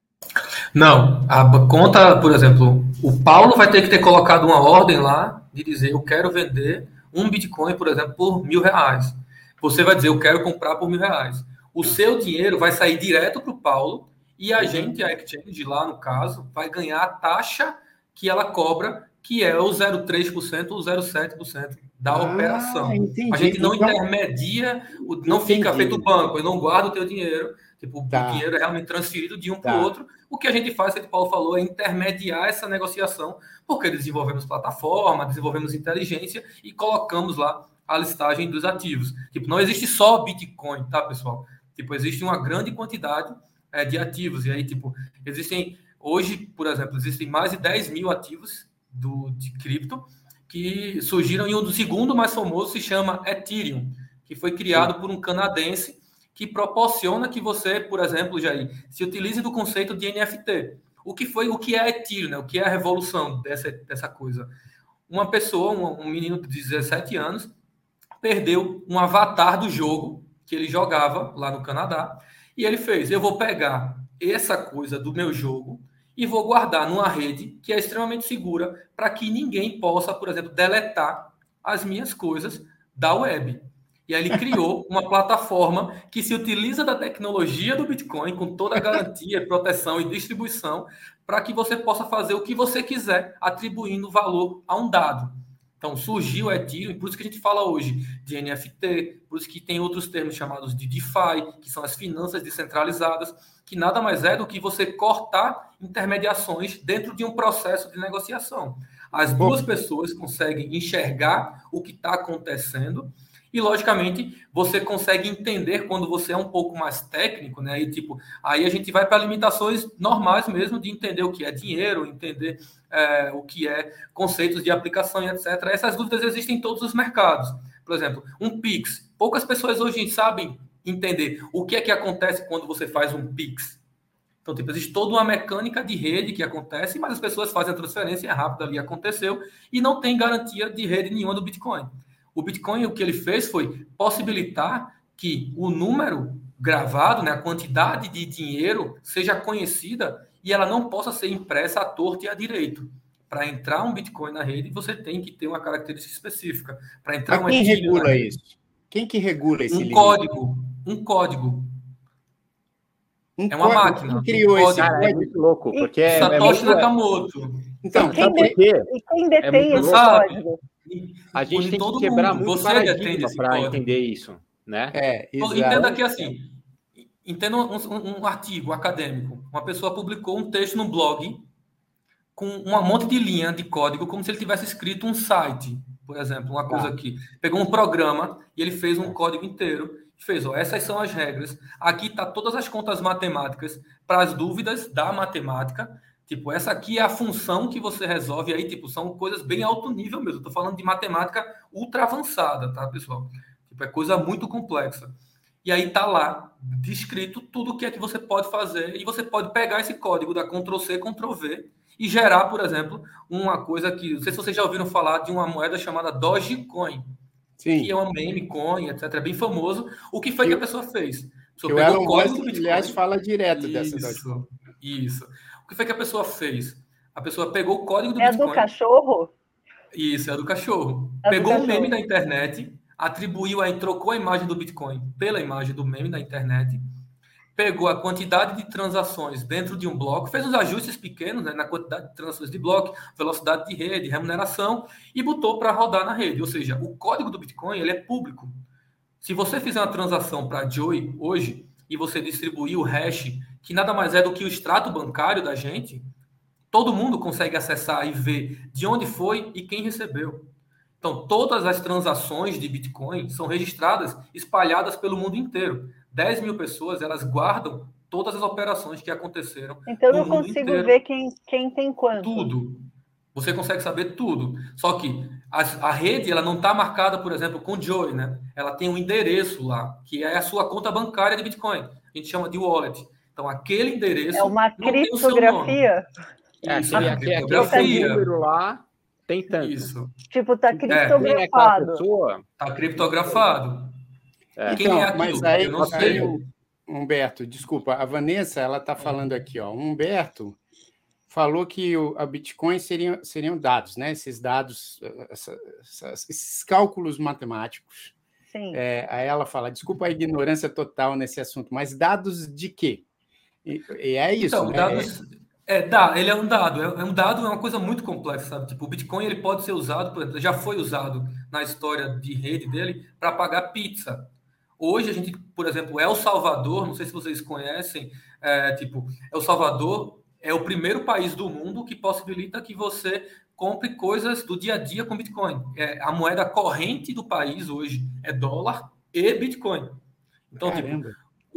Não, a conta, por exemplo, o Paulo vai ter que ter colocado uma ordem lá de dizer eu quero vender um Bitcoin, por exemplo, por R$1.000. Você vai dizer eu quero comprar por R$1.000. O seu dinheiro vai sair direto para o Paulo e a gente, a exchange lá no caso, vai ganhar a taxa que ela cobra, que é o 0,3% ou 0,7% da operação. Entendi. A gente não intermedia, não fica feito banco, eu não guardo o teu dinheiro. Tipo, o dinheiro é realmente transferido de um para o outro. O que a gente faz, como o Paulo falou, é intermediar essa negociação, porque desenvolvemos plataforma, desenvolvemos inteligência e colocamos lá a listagem dos ativos. Tipo, não existe só Bitcoin, tá, pessoal? Tipo, existe uma grande quantidade de ativos. E aí, tipo, existem, hoje, por exemplo, existem mais de 10 mil ativos de cripto que surgiram, e o segundo mais famoso se chama Ethereum, que foi criado por um canadense que proporciona que você, por exemplo, Jair, se utilize do conceito de NFT. O que é Ethereum, né? O que é a revolução dessa coisa? Uma pessoa, um menino de 17 anos, perdeu um avatar do jogo que ele jogava lá no Canadá, e ele fez, eu vou pegar essa coisa do meu jogo e vou guardar numa rede que é extremamente segura para que ninguém possa, por exemplo, deletar as minhas coisas da web. E aí ele criou uma plataforma que se utiliza da tecnologia do Bitcoin com toda a garantia, proteção e distribuição para que você possa fazer o que você quiser, atribuindo valor a um dado. Então surgiu o Ethereum, por isso que a gente fala hoje de NFT, por isso que tem outros termos chamados de DeFi, que são as finanças descentralizadas, que nada mais é do que você cortar intermediações dentro de um processo de negociação. As duas pessoas conseguem enxergar o que está acontecendo e, logicamente, você consegue entender quando você é um pouco mais técnico, né? E, tipo, aí a gente vai para limitações normais mesmo de entender o que é dinheiro, entender o que é conceitos de aplicação e etc. Essas dúvidas existem em todos os mercados. Por exemplo, um Pix. Poucas pessoas hoje sabem entender o que é que acontece quando você faz um Pix. Então, tipo, existe toda uma mecânica de rede que acontece, mas as pessoas fazem a transferência rápida ali, aconteceu, e não tem garantia de rede nenhuma do Bitcoin. O Bitcoin, o que ele fez foi possibilitar que o número gravado, né, a quantidade de dinheiro, seja conhecida e ela não possa ser impressa à torta e à direito. Para entrar um Bitcoin na rede, você tem que ter uma característica específica. Para entrar quem regula isso? Quem que regula esse limite? Um código. É uma máquina. Quem criou esse cara, é muito louco, porque Satoshi Nakamoto. Então, quem detém esse código? A gente tem que quebrar muito paradigma para entender isso, né? Entenda que assim, entenda um artigo acadêmico. Uma pessoa publicou um texto no blog com um monte de linha de código, como se ele tivesse escrito um site, por exemplo, uma coisa aqui. Pegou um programa e ele fez um código inteiro. Fez, essas são as regras. Aqui tá todas as contas matemáticas para as dúvidas da matemática. Tipo, essa aqui é a função que você resolve. Aí, tipo, são coisas bem alto nível mesmo. Estou falando de matemática ultra avançada, tá, pessoal? Tipo, é coisa muito complexa. E aí tá lá descrito tudo o que é que você pode fazer. E você pode pegar esse código da Ctrl+C, Ctrl+V e gerar, por exemplo, uma coisa que... Não sei se vocês já ouviram falar de uma moeda chamada Dogecoin. Sim. Que é um meme coin, etc. É bem famoso. O que foi que a pessoa fez? O Elon Musk, aliás, fala direto dessa Dogecoin. Isso. O que foi que a pessoa fez? A pessoa pegou o código do Bitcoin. É do cachorro? Isso, é do cachorro. Pegou um meme da internet, atribuiu trocou a imagem do Bitcoin pela imagem do meme da internet, pegou a quantidade de transações dentro de um bloco, fez uns ajustes pequenos, né, na quantidade de transações de bloco, velocidade de rede, remuneração, e botou para rodar na rede. Ou seja, o código do Bitcoin ele é público. Se você fizer uma transação para a Joy hoje e você distribuir o hash, que nada mais é do que o extrato bancário da gente, todo mundo consegue acessar e ver de onde foi e quem recebeu. Então, todas as transações de Bitcoin são registradas, espalhadas pelo mundo inteiro. 10 mil pessoas, elas guardam todas as operações que aconteceram. Então, eu consigo ver quem tem quanto. Tudo. Você consegue saber tudo. Só que a rede, ela não está marcada, por exemplo, com Joy, né? Ela tem um endereço lá, que é a sua conta bancária de Bitcoin. A gente chama de wallet. Então, aquele endereço... É uma criptografia? Aquele número lá tem tanto. Isso. Tipo, tá Quem é aquela criptografado. pessoa? Tá criptografado. Quem Então, é aquilo? mas aí, Eu não sei. Humberto, desculpa, a Vanessa, ela está falando aqui, ó. O Humberto falou que a Bitcoin seriam dados, né? Esses dados, esses cálculos matemáticos. Sim. Aí ela fala, desculpa a ignorância total nesse assunto, mas dados de quê? E é isso, Então, né? dados... ele é um dado. É um dado, é uma coisa muito complexa, sabe? Tipo, o Bitcoin ele pode ser usado, por exemplo, já foi usado na história de rede dele para pagar pizza. Hoje a gente, por exemplo, El Salvador, não sei se vocês conhecem, El Salvador é o primeiro país do mundo que possibilita que você compre coisas do dia a dia com Bitcoin. A moeda corrente do país hoje é dólar e Bitcoin. Então, Caramba.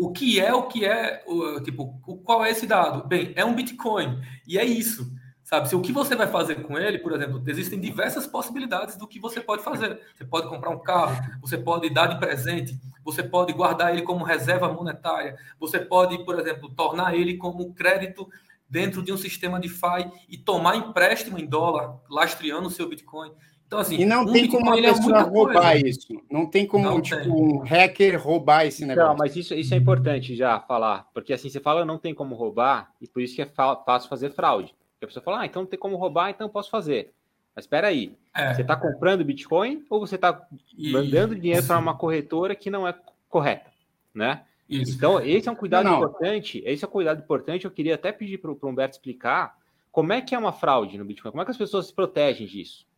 qual é esse dado? Bem, é um Bitcoin, e é isso, sabe? O que você vai fazer com ele, por exemplo, existem diversas possibilidades do que você pode fazer. Você pode comprar um carro, você pode dar de presente, você pode guardar ele como reserva monetária, você pode, por exemplo, tornar ele como crédito dentro de um sistema DeFi e tomar empréstimo em dólar, lastreando o seu Bitcoin. Então, assim, E não tem Bitcoin, como uma pessoa roubar coisa. isso. Não tem como Não tipo, tem. um hacker roubar esse negócio. Não, mas isso é importante já falar, porque assim, você fala não tem como roubar, e por isso que é fácil fazer fraude. Porque a pessoa fala, então não tem como roubar, então eu posso fazer. Mas espera aí, você está comprando Bitcoin ou você está mandando dinheiro para uma corretora que não é correta, né? Isso. Então, esse é um cuidado importante. Esse é um cuidado importante. Eu queria até pedir para o Humberto explicar como é que é uma fraude no Bitcoin, como é que as pessoas se protegem disso.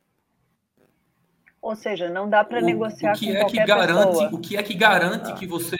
Ou seja, não dá para negociar com qualquer pessoa. O que é que garante que você...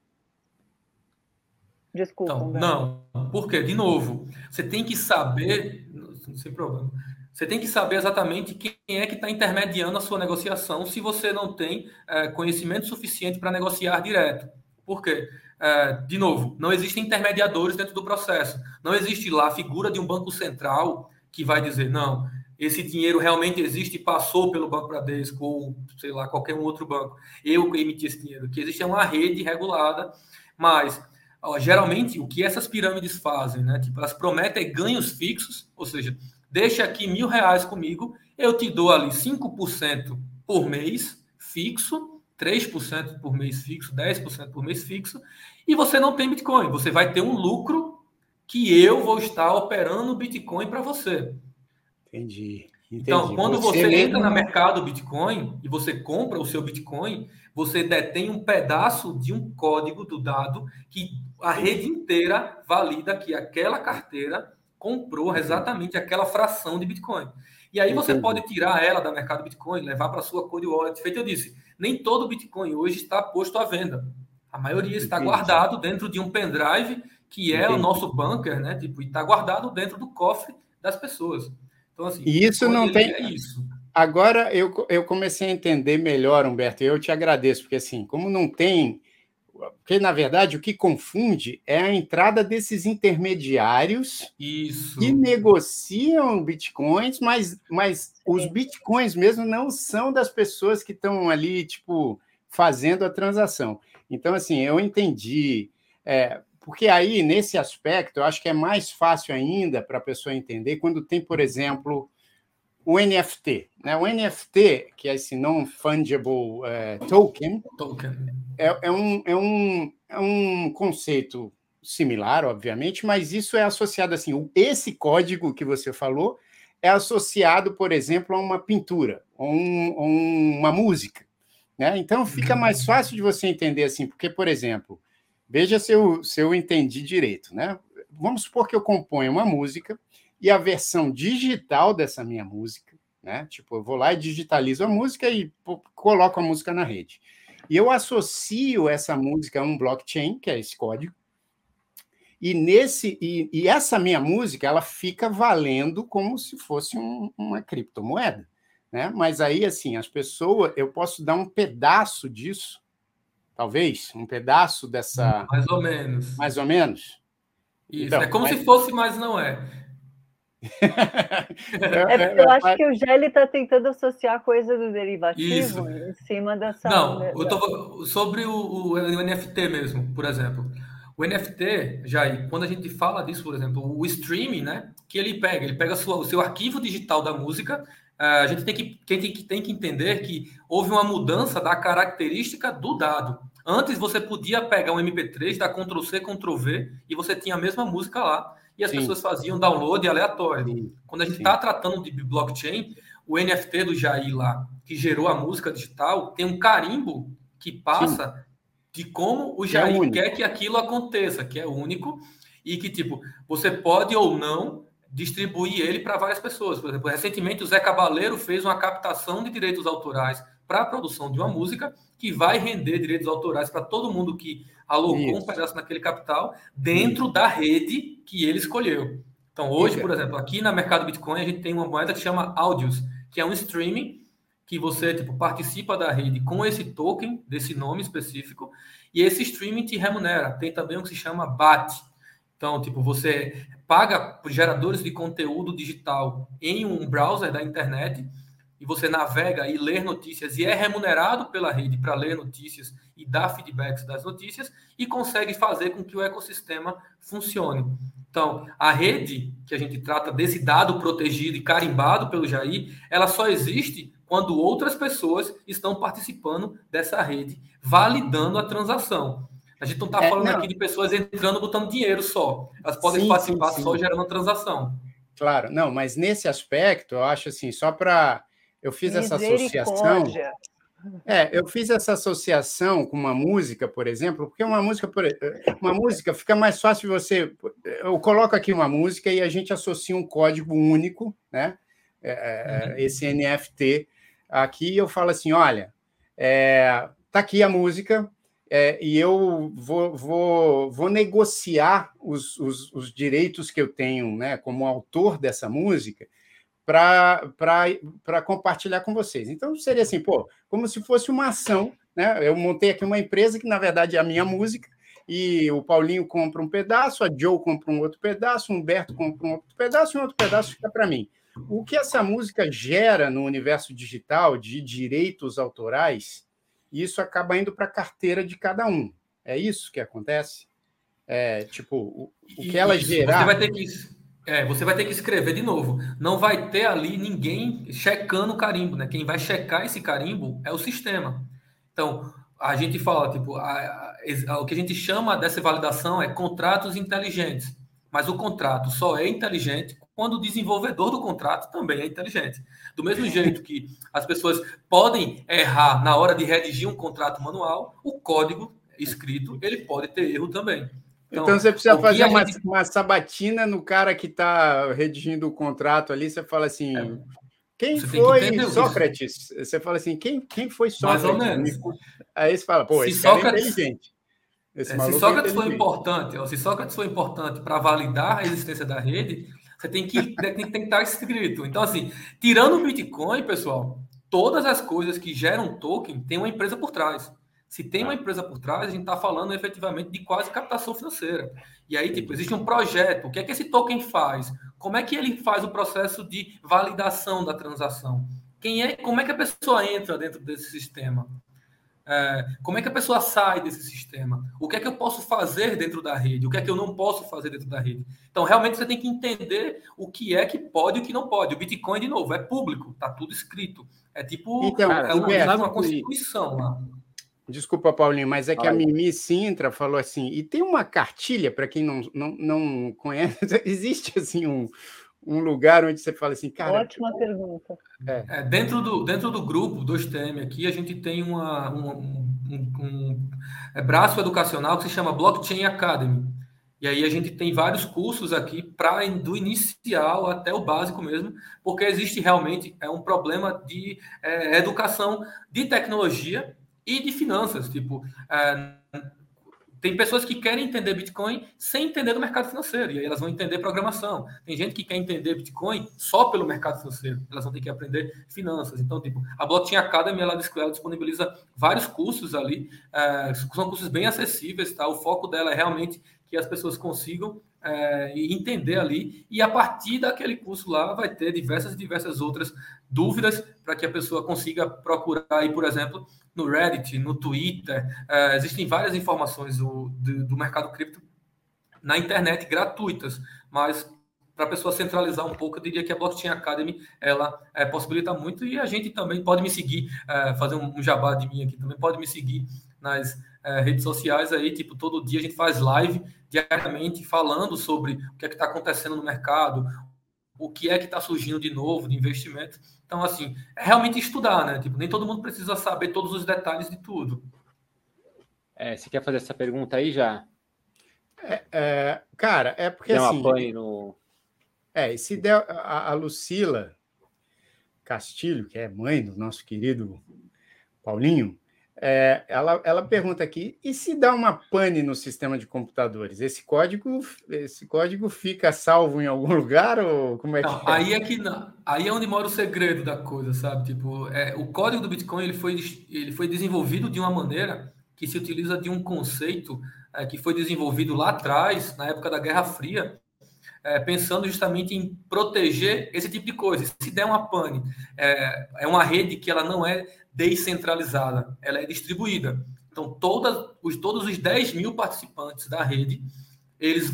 Desculpa. Então, não. Por quê? De novo, você tem que saber... Sem problema. Você tem que saber exatamente quem é que está intermediando a sua negociação se você não tem conhecimento suficiente para negociar direto. Por quê? De novo, não existem intermediadores dentro do processo. Não existe lá a figura de um banco central que vai dizer, não, esse dinheiro realmente existe e passou pelo Banco Bradesco ou, sei lá, qualquer um outro banco. Eu emiti esse dinheiro. O que existe é uma rede regulada, mas geralmente o que essas pirâmides fazem, né? Tipo, elas prometem ganhos fixos, ou seja, deixa aqui R$1.000 comigo, eu te dou ali 5% por mês fixo, 3% por mês fixo, 10% por mês fixo, e você não tem Bitcoin. Você vai ter um lucro que eu vou estar operando Bitcoin para você. Entendi. Então, quando você entra no mercado Bitcoin e você compra o seu Bitcoin, você detém um pedaço de um código do dado que a rede inteira valida que aquela carteira comprou exatamente aquela fração de Bitcoin. E aí você pode tirar ela da mercado Bitcoin, levar para a sua cold wallet. Feito eu disse, nem todo Bitcoin hoje está posto à venda. A maioria está guardado dentro de um pendrive que é o nosso bunker, né? Tipo, e está guardado dentro do cofre das pessoas. Então, assim, e isso não tem. É isso. Agora eu comecei a entender melhor, Humberto, e eu te agradeço, porque assim, como não tem. Porque, na verdade, o que confunde é a entrada desses intermediários que negociam bitcoins, mas os bitcoins mesmo não são das pessoas que estão ali, tipo, fazendo a transação. Então, assim, eu entendi. Porque aí, nesse aspecto, eu acho que é mais fácil ainda para a pessoa entender quando tem, por exemplo, o NFT. Né? O NFT, que é esse Non-Fungible Token, é um conceito similar, obviamente, mas isso é associado assim, esse código que você falou é associado, por exemplo, a uma pintura ou uma música. Né? Então, fica mais fácil de você entender assim, porque, por exemplo, veja se eu entendi direito. Né? Vamos supor que eu componho uma música e a versão digital dessa minha música, né? Tipo, eu vou lá e digitalizo a música e coloco a música na rede. E eu associo essa música a um blockchain, que é esse código, e essa minha música ela fica valendo como se fosse uma criptomoeda. Né? Mas aí, assim, as pessoas, eu posso dar um pedaço disso, talvez, um pedaço dessa... Mais ou menos. Mais ou menos? Isso, então, é como se fosse, mas não é. Porque eu acho que o Gelli está tentando associar a coisa do derivativo em cima dessa... Não, eu tô sobre o NFT mesmo, por exemplo. O NFT, Jair, quando a gente fala disso, por exemplo, o streaming, né? Que ele pega o seu arquivo digital da música. A gente tem que entender que houve uma mudança da característica do dado. Antes você podia pegar um MP3, dar Ctrl+C, Ctrl+V e você tinha a mesma música lá e as pessoas faziam download aleatório. Quando a gente está tratando de blockchain, o NFT do Jair lá, que gerou a música digital, tem um carimbo que passa de como o Jair quer que aquilo aconteça, que é único, e que, tipo, você pode ou não distribuir ele para várias pessoas. Por exemplo, recentemente o Zé Cabaleiro fez uma captação de direitos autorais para a produção de uma música que vai render direitos autorais para todo mundo que alocou um pedaço naquele capital dentro da rede que ele escolheu. Então, hoje, por exemplo, aqui na Mercado Bitcoin, a gente tem uma moeda que chama Audios, que é um streaming que você participa da rede com esse token, desse nome específico, e esse streaming te remunera. Tem também o que se chama BAT. Então, você paga por geradores de conteúdo digital em um browser da internet, e você navega e lê notícias, e é remunerado pela rede para ler notícias e dar feedbacks das notícias, e consegue fazer com que o ecossistema funcione. Então, a rede que a gente trata desse dado protegido e carimbado pelo Jair, ela só existe quando outras pessoas estão participando dessa rede, validando a transação. A gente não está falando aqui de pessoas entrando botando dinheiro só. Elas podem participar só gerando transação. Claro, não, mas nesse aspecto, eu acho assim, só para... Eu fiz essa associação... eu fiz essa associação com uma música, por exemplo, porque uma música fica mais fácil você... Eu coloco aqui uma música e a gente associa um código único, né? Esse NFT. Aqui eu falo assim, olha, tá aqui a música e eu vou negociar os direitos que eu tenho, né, como autor dessa música para compartilhar com vocês. Então, seria assim, como se fosse uma ação, né? Eu montei aqui uma empresa que, na verdade, é a minha música, e o Paulinho compra um pedaço, a Joe compra um outro pedaço, o Humberto compra um outro pedaço, e um outro pedaço fica para mim. O que essa música gera no universo digital de direitos autorais, isso acaba indo para a carteira de cada um. É isso que acontece? O que ela gerar... Você vai ter que escrever de novo. Não vai ter ali ninguém checando o carimbo, né? Quem vai checar esse carimbo é o sistema. Então, a gente fala, o que a gente chama dessa validação é contratos inteligentes. Mas o contrato só é inteligente quando o desenvolvedor do contrato também é inteligente. Do mesmo jeito que as pessoas podem errar na hora de redigir um contrato manual, o código escrito, ele pode ter erro também. Então você precisa fazer uma sabatina no cara que está redigindo o contrato ali, você fala assim, quem foi Sócrates? Você fala assim, quem foi Sócrates? Mais ou menos. Aí você fala, esse cara é inteligente. Se Sócrates foi importante para validar a existência da rede, você tem que estar escrito. Então, assim, tirando o Bitcoin, pessoal, todas as coisas que geram token tem uma empresa por trás. Se tem uma empresa por trás, a gente está falando efetivamente de quase captação financeira. E aí, existe um projeto. O que é que esse token faz? Como é que ele faz o processo de validação da transação? Como é que a pessoa entra dentro desse sistema? Como é que a pessoa sai desse sistema? O que é que eu posso fazer dentro da rede? O que é que eu não posso fazer dentro da rede? Então, realmente, você tem que entender o que é que pode e o que não pode. O Bitcoin, de novo, é público. Está tudo escrito. Uma constituição lá. Desculpa, Paulinho, mas é que a Mimi Sintra falou assim, e tem uma cartilha, para quem não conhece, existe assim um lugar onde você fala assim, cara... Ótima pergunta. Dentro do grupo 2TM aqui, a gente tem um braço educacional que se chama Blockchain Academy. E aí a gente tem vários cursos aqui, do inicial até o básico mesmo, porque existe realmente um problema de educação de tecnologia e de finanças. Tem pessoas que querem entender Bitcoin sem entender do mercado financeiro, e aí elas vão entender programação. Tem gente que quer entender Bitcoin só pelo mercado financeiro, elas vão ter que aprender finanças. Então, a Blockchain Academy, ela disponibiliza vários cursos ali, são cursos bem acessíveis, tá? O foco dela é realmente que as pessoas consigam e entender ali, e a partir daquele curso lá vai ter diversas outras dúvidas para que a pessoa consiga procurar aí, por exemplo, no Reddit, no Twitter, existem várias informações do mercado cripto na internet gratuitas, mas para a pessoa centralizar um pouco, eu diria que a Blockchain Academy, ela possibilita muito, e a gente também pode me seguir, fazer um jabá de mim aqui também, pode me seguir nas redes sociais aí, tipo, todo dia a gente faz live diariamente falando sobre o que é que está acontecendo no mercado, o que é que está surgindo de novo, de investimento. Então, assim, é realmente estudar, né? Tipo, nem todo mundo precisa saber todos os detalhes de tudo. Você quer fazer essa pergunta aí já? Cara, é porque Tem uma assim... pane no... se der a Lucila Castilho, que é mãe do nosso querido Paulinho, ela pergunta aqui, e se dá uma pane no sistema de computadores? Esse código fica salvo em algum lugar ou como é que Não, aí é onde mora o segredo da coisa, sabe? Tipo, o código do Bitcoin ele foi desenvolvido de uma maneira que se utiliza de um conceito que foi desenvolvido lá atrás, na época da Guerra Fria, pensando justamente em proteger esse tipo de coisa. Se der uma pane, é uma rede que ela não é descentralizada, ela é distribuída. Então, todos os 10 mil participantes da rede, eles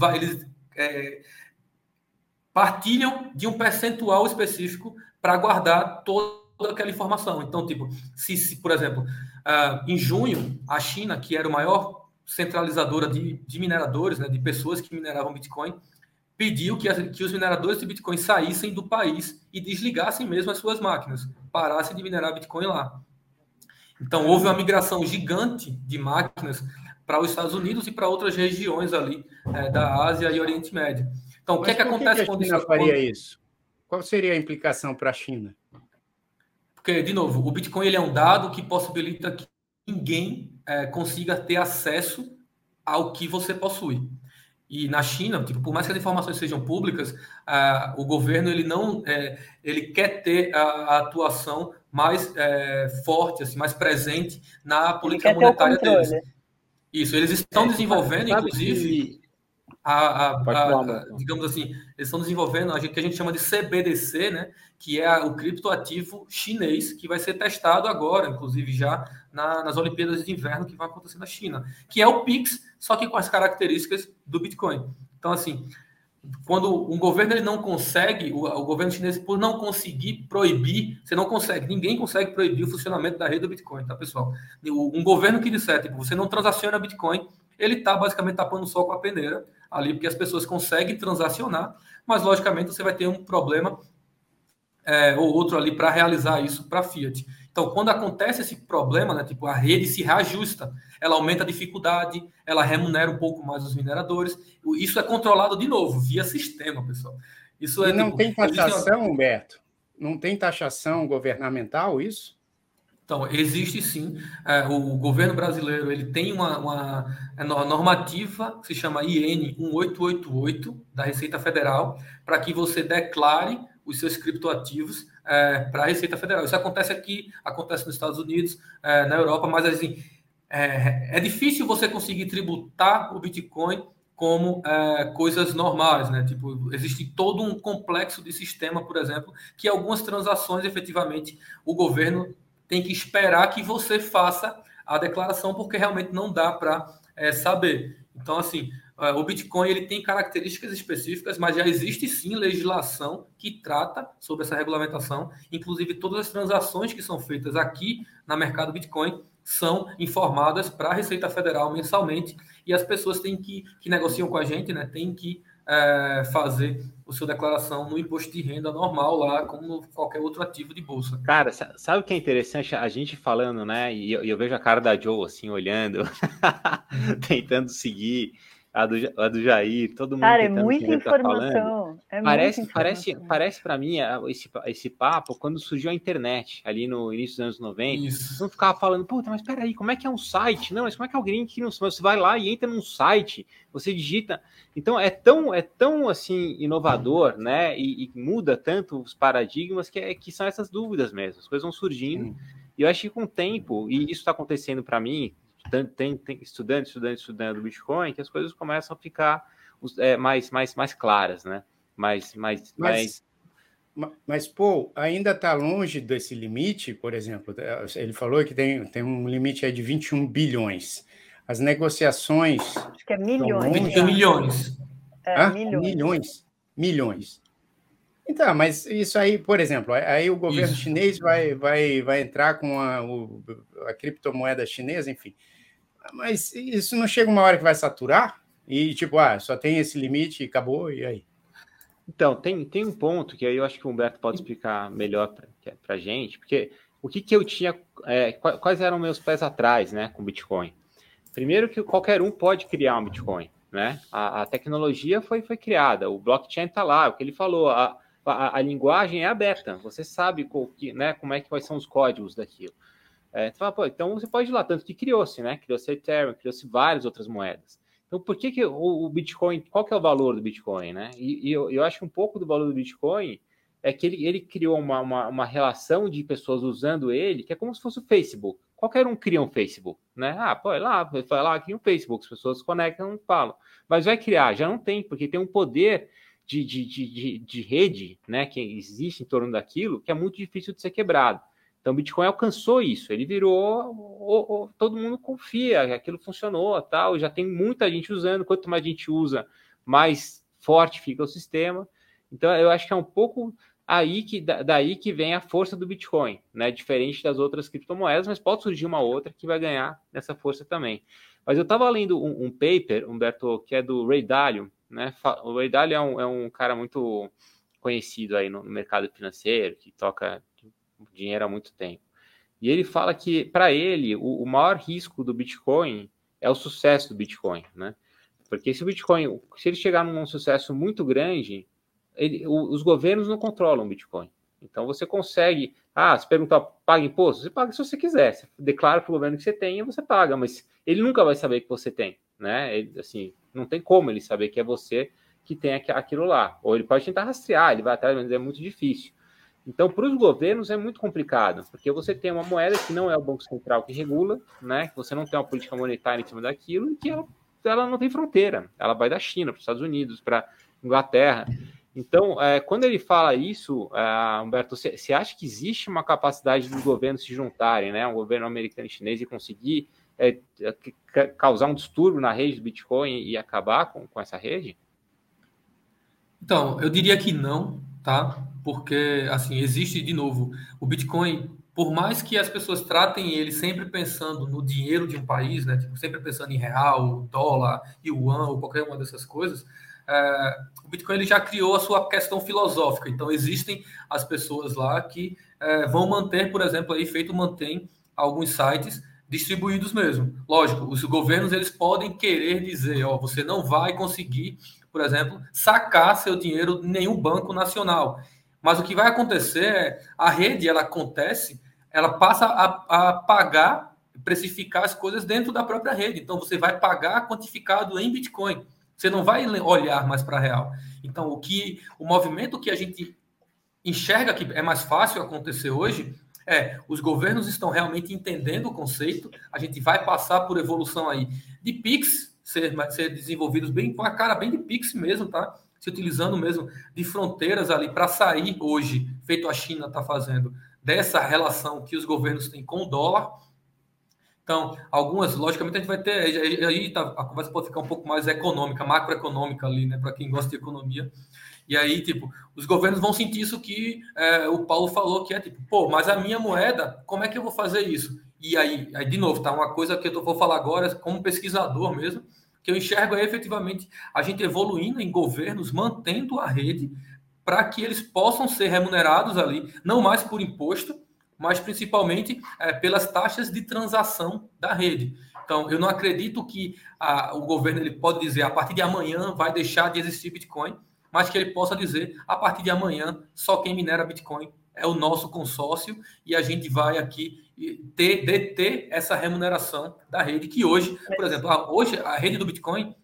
partilham de um percentual específico para guardar toda aquela informação. Então, tipo, se por exemplo, em junho, a China, que era o maior centralizadora de mineradores, né, de pessoas que mineravam Bitcoin, pediu que os mineradores de Bitcoin saíssem do país e desligassem mesmo as suas máquinas, parassem de minerar Bitcoin lá. Então, houve uma migração gigante de máquinas para os Estados Unidos e para outras regiões ali da Ásia e Oriente Médio. Então, o que é que acontece quando a China faria isso? Qual seria a implicação para a China? Porque, de novo, o Bitcoin ele é um dado que possibilita que ninguém consiga ter acesso ao que você possui. E na China, tipo, por mais que as informações sejam públicas, o governo ele quer ter a atuação mais forte, assim, mais presente na política monetária deles. Isso, eles estão desenvolvendo, inclusive, digamos assim, eles estão desenvolvendo o que a gente chama de CBDC, né, que é o criptoativo chinês, que vai ser testado agora, inclusive já nas Olimpíadas de Inverno que vão acontecer na China, que é o Pix, só que com as características do Bitcoin. Então, assim, quando um governo ele não consegue, o governo chinês, por não conseguir proibir, ninguém consegue proibir o funcionamento da rede do Bitcoin, tá, pessoal? Um governo que disser, tipo, você não transaciona Bitcoin, ele está basicamente tapando o sol com a peneira ali, porque as pessoas conseguem transacionar, mas logicamente você vai ter um problema ou outro ali para realizar isso para Fiat. Então, quando acontece esse problema, né, tipo, a rede se reajusta, ela aumenta a dificuldade, ela remunera um pouco mais os mineradores. Isso é controlado, de novo, via sistema, pessoal. Isso e não tem taxação, Humberto? Não tem taxação governamental, isso? Então, existe sim. O governo brasileiro ele tem uma normativa que se chama IN 1888 da Receita Federal para que você declare os seus criptoativos para a Receita Federal. Isso acontece aqui, acontece nos Estados Unidos, na Europa, mas assim, é difícil você conseguir tributar o Bitcoin como coisas normais, né? Tipo, existe todo um complexo de sistema, por exemplo, que algumas transações, efetivamente, o governo tem que esperar que você faça a declaração, porque realmente não dá para saber. Então, assim, o Bitcoin ele tem características específicas, mas já existe sim legislação que trata sobre essa regulamentação. Inclusive, todas as transações que são feitas aqui na mercado Bitcoin são informadas para a Receita Federal mensalmente, e as pessoas que negociam com a gente, né, têm que fazer a sua declaração no imposto de renda normal lá, como qualquer outro ativo de bolsa. Cara, sabe o que é interessante? A gente falando, né? E eu vejo a cara da Joe, assim, olhando, tentando seguir a do Jair, todo mundo cara, tentando muita informação. Parece para mim esse papo quando surgiu a internet, ali no início dos anos 90. Isso. Não ficava falando, puta, mas peraí, como é que é um site? Não, mas como é que alguém que não... Você vai lá e entra num site, você digita... Então, é tão assim, inovador, né? E muda tanto os paradigmas que são essas dúvidas mesmo. As coisas vão surgindo. E eu acho que com o tempo, e isso está acontecendo para mim, tem estudando do Bitcoin, que as coisas começam a ficar mais claras, né? Mas, pô, ainda está longe desse limite, por exemplo. Ele falou que tem um limite aí de 21 bilhões. As negociações. Acho que é milhões. 21 milhões. Milhões. Milhões. Então, mas isso aí, por exemplo, aí o governo chinês vai entrar com a criptomoeda chinesa, enfim. Mas isso não chega uma hora que vai saturar? E tipo, só tem esse limite e acabou, e aí? Então, tem um ponto que aí eu acho que o Humberto pode explicar melhor para a gente, porque o que eu tinha, quais eram meus pés atrás, né, com Bitcoin? Primeiro que qualquer um pode criar um Bitcoin, né? A tecnologia foi criada, o blockchain está lá, o que ele falou, a linguagem é aberta, você sabe né, como é que quais são os códigos daquilo. Você fala, então você pode ir lá, tanto que criou-se, né? Criou-se Ethereum, criou-se várias outras moedas. Então, por que o Bitcoin, qual que é o valor do Bitcoin, né? E eu acho que um pouco do valor do Bitcoin é que ele criou uma relação de pessoas usando ele, que é como se fosse o Facebook. Qualquer um cria um Facebook, né? Vai lá, cria um Facebook, as pessoas se conectam e falam. Mas vai criar, já não tem, porque tem um poder de rede, né, que existe em torno daquilo, que é muito difícil de ser quebrado. Então, o Bitcoin alcançou isso, ele virou, todo mundo confia que aquilo funcionou, tal, já tem muita gente usando, quanto mais gente usa, mais forte fica o sistema. Então, eu acho que é um pouco daí que vem a força do Bitcoin, né? Diferente das outras criptomoedas, mas pode surgir uma outra que vai ganhar nessa força também. Mas eu estava lendo um paper, Humberto, que é do Ray Dalio, né? O Ray Dalio é um cara muito conhecido aí no mercado financeiro, que toca dinheiro há muito tempo. E ele fala que, para ele, o maior risco do Bitcoin é o sucesso do Bitcoin, né? Porque se ele chegar num sucesso muito grande, os governos não controlam o Bitcoin. Então, você consegue... você pergunta, paga imposto? Você paga se você quiser. Você declara para o governo que você tem e você paga, mas ele nunca vai saber que você tem, né? Assim, não tem como ele saber que é você que tem aquilo lá. Ou ele pode tentar rastrear, ele vai atrás, mas é muito difícil. Então, para os governos é muito complicado, porque você tem uma moeda que não é o Banco Central que regula, né? Que você não tem uma política monetária em cima daquilo e que ela não tem fronteira. Ela vai da China para os Estados Unidos, para Inglaterra. Então, quando ele fala isso, Humberto, você acha que existe uma capacidade dos governos se juntarem, né? Um governo americano e chinês e conseguir causar um distúrbio na rede do Bitcoin e acabar com essa rede? Então, eu diria que não, tá? Porque, assim, existe, de novo, o Bitcoin, por mais que as pessoas tratem ele sempre pensando no dinheiro de um país, né? Tipo, sempre pensando em real, dólar, yuan, ou qualquer uma dessas coisas, o Bitcoin ele já criou a sua questão filosófica. Então, existem as pessoas lá que vão manter, por exemplo, aí mantém alguns sites distribuídos mesmo. Lógico, os governos eles podem querer dizer, você não vai conseguir, por exemplo, sacar seu dinheiro em nenhum banco nacional. Mas o que vai acontecer é, a rede, ela passa a pagar, precificar as coisas dentro da própria rede. Então, você vai pagar quantificado em Bitcoin. Você não vai olhar mais para a real. Então, o movimento que a gente enxerga que é mais fácil acontecer hoje os governos estão realmente entendendo o conceito. A gente vai passar por evolução aí de Pix ser desenvolvidos bem com a cara bem de Pix mesmo, tá? Se utilizando mesmo de fronteiras ali para sair hoje, feito a China está fazendo, dessa relação que os governos têm com o dólar. Então, logicamente, a gente vai ter, aí a conversa pode ficar um pouco mais econômica, macroeconômica ali, né, para quem gosta de economia. E aí, os governos vão sentir isso que o Paulo falou, que é mas a minha moeda, como é que eu vou fazer isso? E aí de novo, tá uma coisa que eu vou falar agora como pesquisador mesmo, que eu enxergo efetivamente a gente evoluindo em governos, mantendo a rede para que eles possam ser remunerados ali, não mais por imposto, mas principalmente pelas taxas de transação da rede. Então, eu não acredito que o governo ele pode dizer a partir de amanhã vai deixar de existir Bitcoin, mas que ele possa dizer a partir de amanhã só quem minera Bitcoin é o nosso consórcio e a gente vai aqui deter essa remuneração da rede, que hoje, por exemplo, hoje a rede do Bitcoin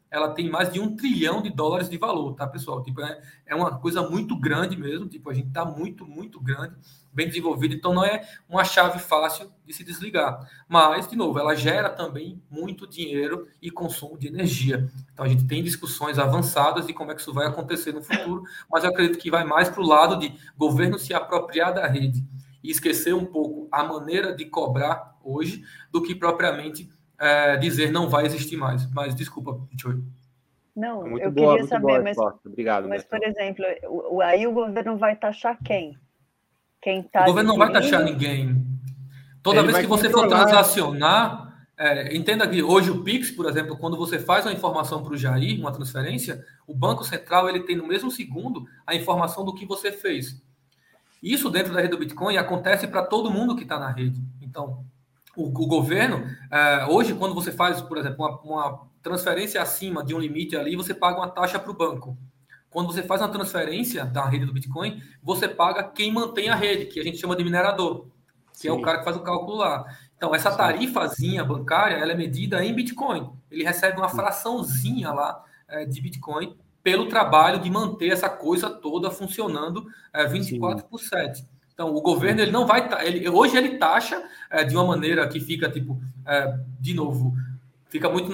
ela tem mais de $1 trilhão de valor, tá, pessoal? Tipo, é uma coisa muito grande mesmo, tipo, a gente está muito, muito grande, bem desenvolvido, então não é uma chave fácil de se desligar. Mas, de novo, ela gera também muito dinheiro e consumo de energia. Então, a gente tem discussões avançadas de como é que isso vai acontecer no futuro, mas eu acredito que vai mais para o lado de governo se apropriar da rede e esquecer um pouco a maneira de cobrar hoje do que propriamente dizer não vai existir mais. Mas, desculpa, Tio. Não, Muito eu boa, queria muito saber, boa a mas, resposta. Obrigado, mas Bertão. por exemplo, aí o governo vai taxar quem? Quem O está governo não vai taxar adquirindo? ninguém. Toda Ele vez vai que você for controlar. transacionar, entenda que hoje o Pix, por exemplo, quando você faz uma informação para o Jair, uma transferência, o Banco Central ele tem no mesmo segundo a informação do que você fez. Isso dentro da rede do Bitcoin acontece para todo mundo que está na rede. Então, o governo, hoje, quando você faz, por exemplo, uma transferência acima de um limite ali, você paga uma taxa para o banco. Quando você faz uma transferência da rede do Bitcoin, você paga quem mantém a rede, que a gente chama de minerador, que é o Sim, cara que faz o cálculo lá. Então, essa sim, tarifazinha bancária, ela é medida em Bitcoin. Ele recebe uma fraçãozinha lá de Bitcoin pelo trabalho de manter essa coisa toda funcionando sim, 24 por 7. Então, o governo sim. ele não vai. Hoje ele taxa de uma maneira que fica, tipo, de novo, fica muito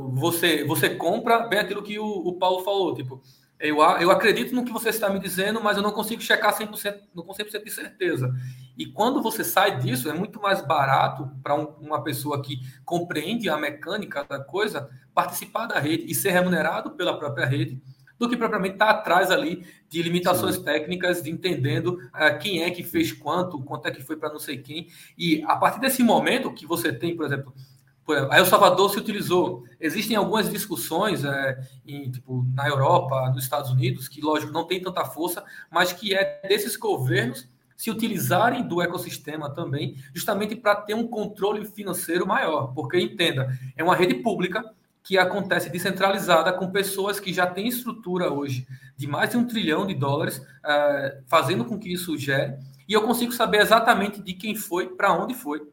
você compra bem aquilo que o Paulo falou, tipo, eu acredito no que você está me dizendo, mas eu não consigo checar 100%, não com 100% de certeza. E quando você sai disso, é muito mais barato para uma pessoa que compreende a mecânica da coisa participar da rede e ser remunerado pela própria rede do que propriamente estar atrás ali de limitações Sim. técnicas, de entendendo quem é que fez quanto é que foi para não sei quem. E a partir desse momento que você tem, por exemplo, a El Salvador se utilizou. Existem algumas discussões tipo, na Europa, nos Estados Unidos, que, lógico, não tem tanta força, mas que é desses governos se utilizarem do ecossistema também, justamente para ter um controle financeiro maior. Porque, entenda, é uma rede pública que acontece descentralizada com pessoas que já têm estrutura hoje de mais de $1 trilhão, fazendo com que isso gere, e eu consigo saber exatamente de quem foi, para onde foi,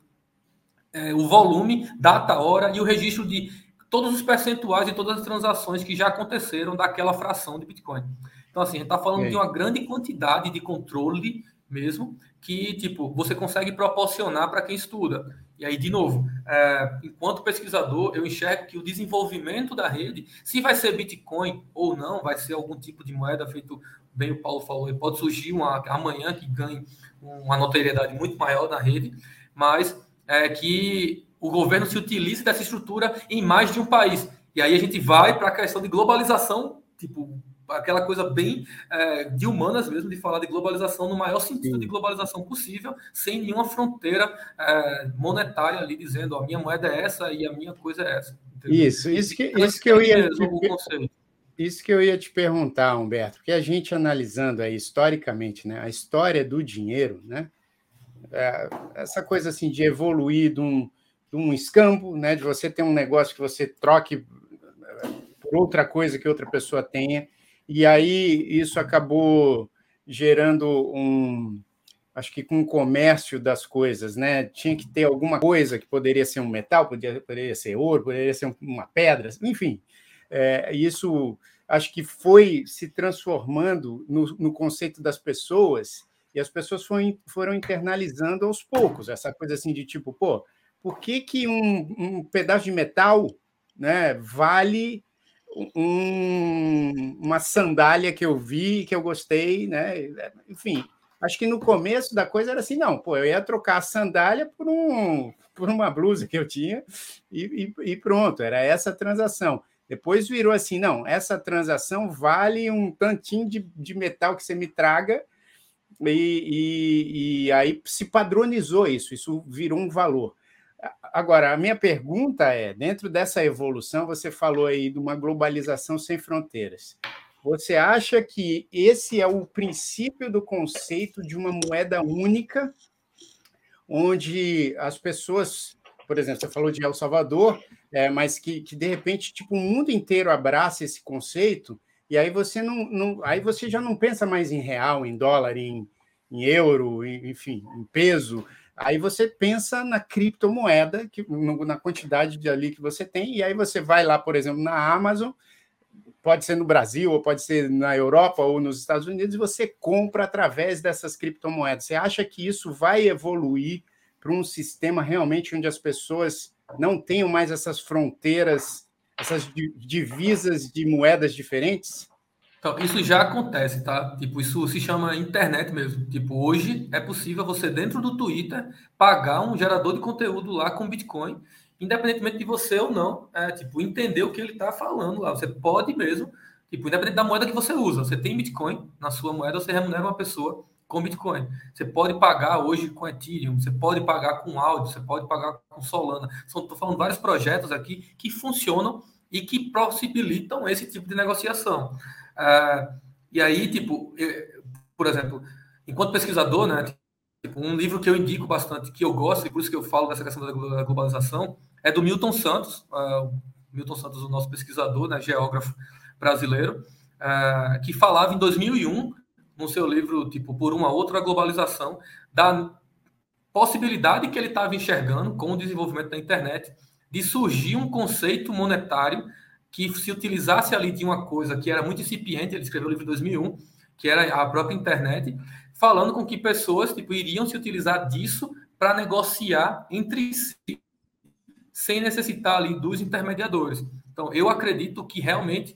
o volume, data, hora e o registro de todos os percentuais de todas as transações que já aconteceram daquela fração de Bitcoin. Então, assim, a gente está falando de uma grande quantidade de controle mesmo que, tipo, você consegue proporcionar para quem estuda. E aí, de novo, enquanto pesquisador, eu enxergo que o desenvolvimento da rede, se vai ser Bitcoin ou não, vai ser algum tipo de moeda, feito bem o Paulo falou, e pode surgir amanhã que ganhe uma notoriedade muito maior na rede, mas que o governo se utilize dessa estrutura em mais de um país. E aí a gente vai para a questão de globalização, tipo, aquela coisa bem de humanas mesmo, de falar de globalização no maior sentido de globalização possível, sem nenhuma fronteira monetária ali dizendo, a minha moeda é essa e a minha coisa é essa. Entendeu? Isso que eu ia mesmo o conceito. Isso que eu ia te perguntar, Humberto, porque a gente analisando aí historicamente, né, a história do dinheiro, né, essa coisa assim de evoluir de um escambo, né, de você ter um negócio que você troque por outra coisa que outra pessoa tenha, e aí isso acabou gerando acho que com o comércio das coisas, né? Tinha que ter alguma coisa que poderia ser um metal, poderia ser ouro, poderia ser uma pedra, enfim. Isso acho que foi se transformando no conceito das pessoas, e as pessoas foram internalizando aos poucos, essa coisa assim de tipo, pô, por que um pedaço de metal, né, vale uma sandália que eu vi, que eu gostei, né? Enfim, acho que no começo da coisa era assim, não, pô, eu ia trocar a sandália por uma blusa que eu tinha e pronto, era essa a transação. Depois virou assim, não, essa transação vale um tantinho de metal que você me traga, e aí se padronizou isso virou um valor. Agora, a minha pergunta é, dentro dessa evolução, você falou aí de uma globalização sem fronteiras. Você acha que esse é o princípio do conceito de uma moeda única, onde as pessoas, por exemplo, você falou de El Salvador, mas que de repente tipo, o mundo inteiro abraça esse conceito, e aí você aí você já não pensa mais em real, em dólar, em euro, enfim, em peso. Aí você pensa na criptomoeda, na quantidade ali que você tem, e aí você vai lá, por exemplo, na Amazon, pode ser no Brasil, ou pode ser na Europa, ou nos Estados Unidos, e você compra através dessas criptomoedas. Você acha que isso vai evoluir para um sistema realmente onde as pessoas não tenham mais essas fronteiras, essas divisas de moedas diferentes? Então, isso já acontece, tá? Tipo, isso se chama internet mesmo. Tipo, hoje é possível você, dentro do Twitter, pagar um gerador de conteúdo lá com Bitcoin, independentemente de você ou não, tipo, entender o que ele está falando lá. Você pode mesmo, tipo, independente da moeda que você usa. Você tem Bitcoin na sua moeda, você remunera uma pessoa com Bitcoin. Você pode pagar hoje com Ethereum, você pode pagar com áudio, você pode pagar com Solana. Estou falando vários projetos aqui que funcionam e que possibilitam esse tipo de negociação. E aí, tipo, por exemplo, enquanto pesquisador, né, tipo, um livro que eu indico bastante, que eu gosto, e por isso que eu falo dessa questão da globalização, é do Milton Santos. Milton Santos, o nosso pesquisador, né, geógrafo brasileiro, que falava em 2001, no seu livro, tipo, Por uma Outra Globalização, da possibilidade que ele estava enxergando com o desenvolvimento da internet de surgir um conceito monetário que se utilizasse ali de uma coisa que era muito incipiente. Ele escreveu o livro em 2001, que era a própria internet, falando com que pessoas, tipo, iriam se utilizar disso para negociar entre si, sem necessitar ali dos intermediadores. Então, eu acredito que realmente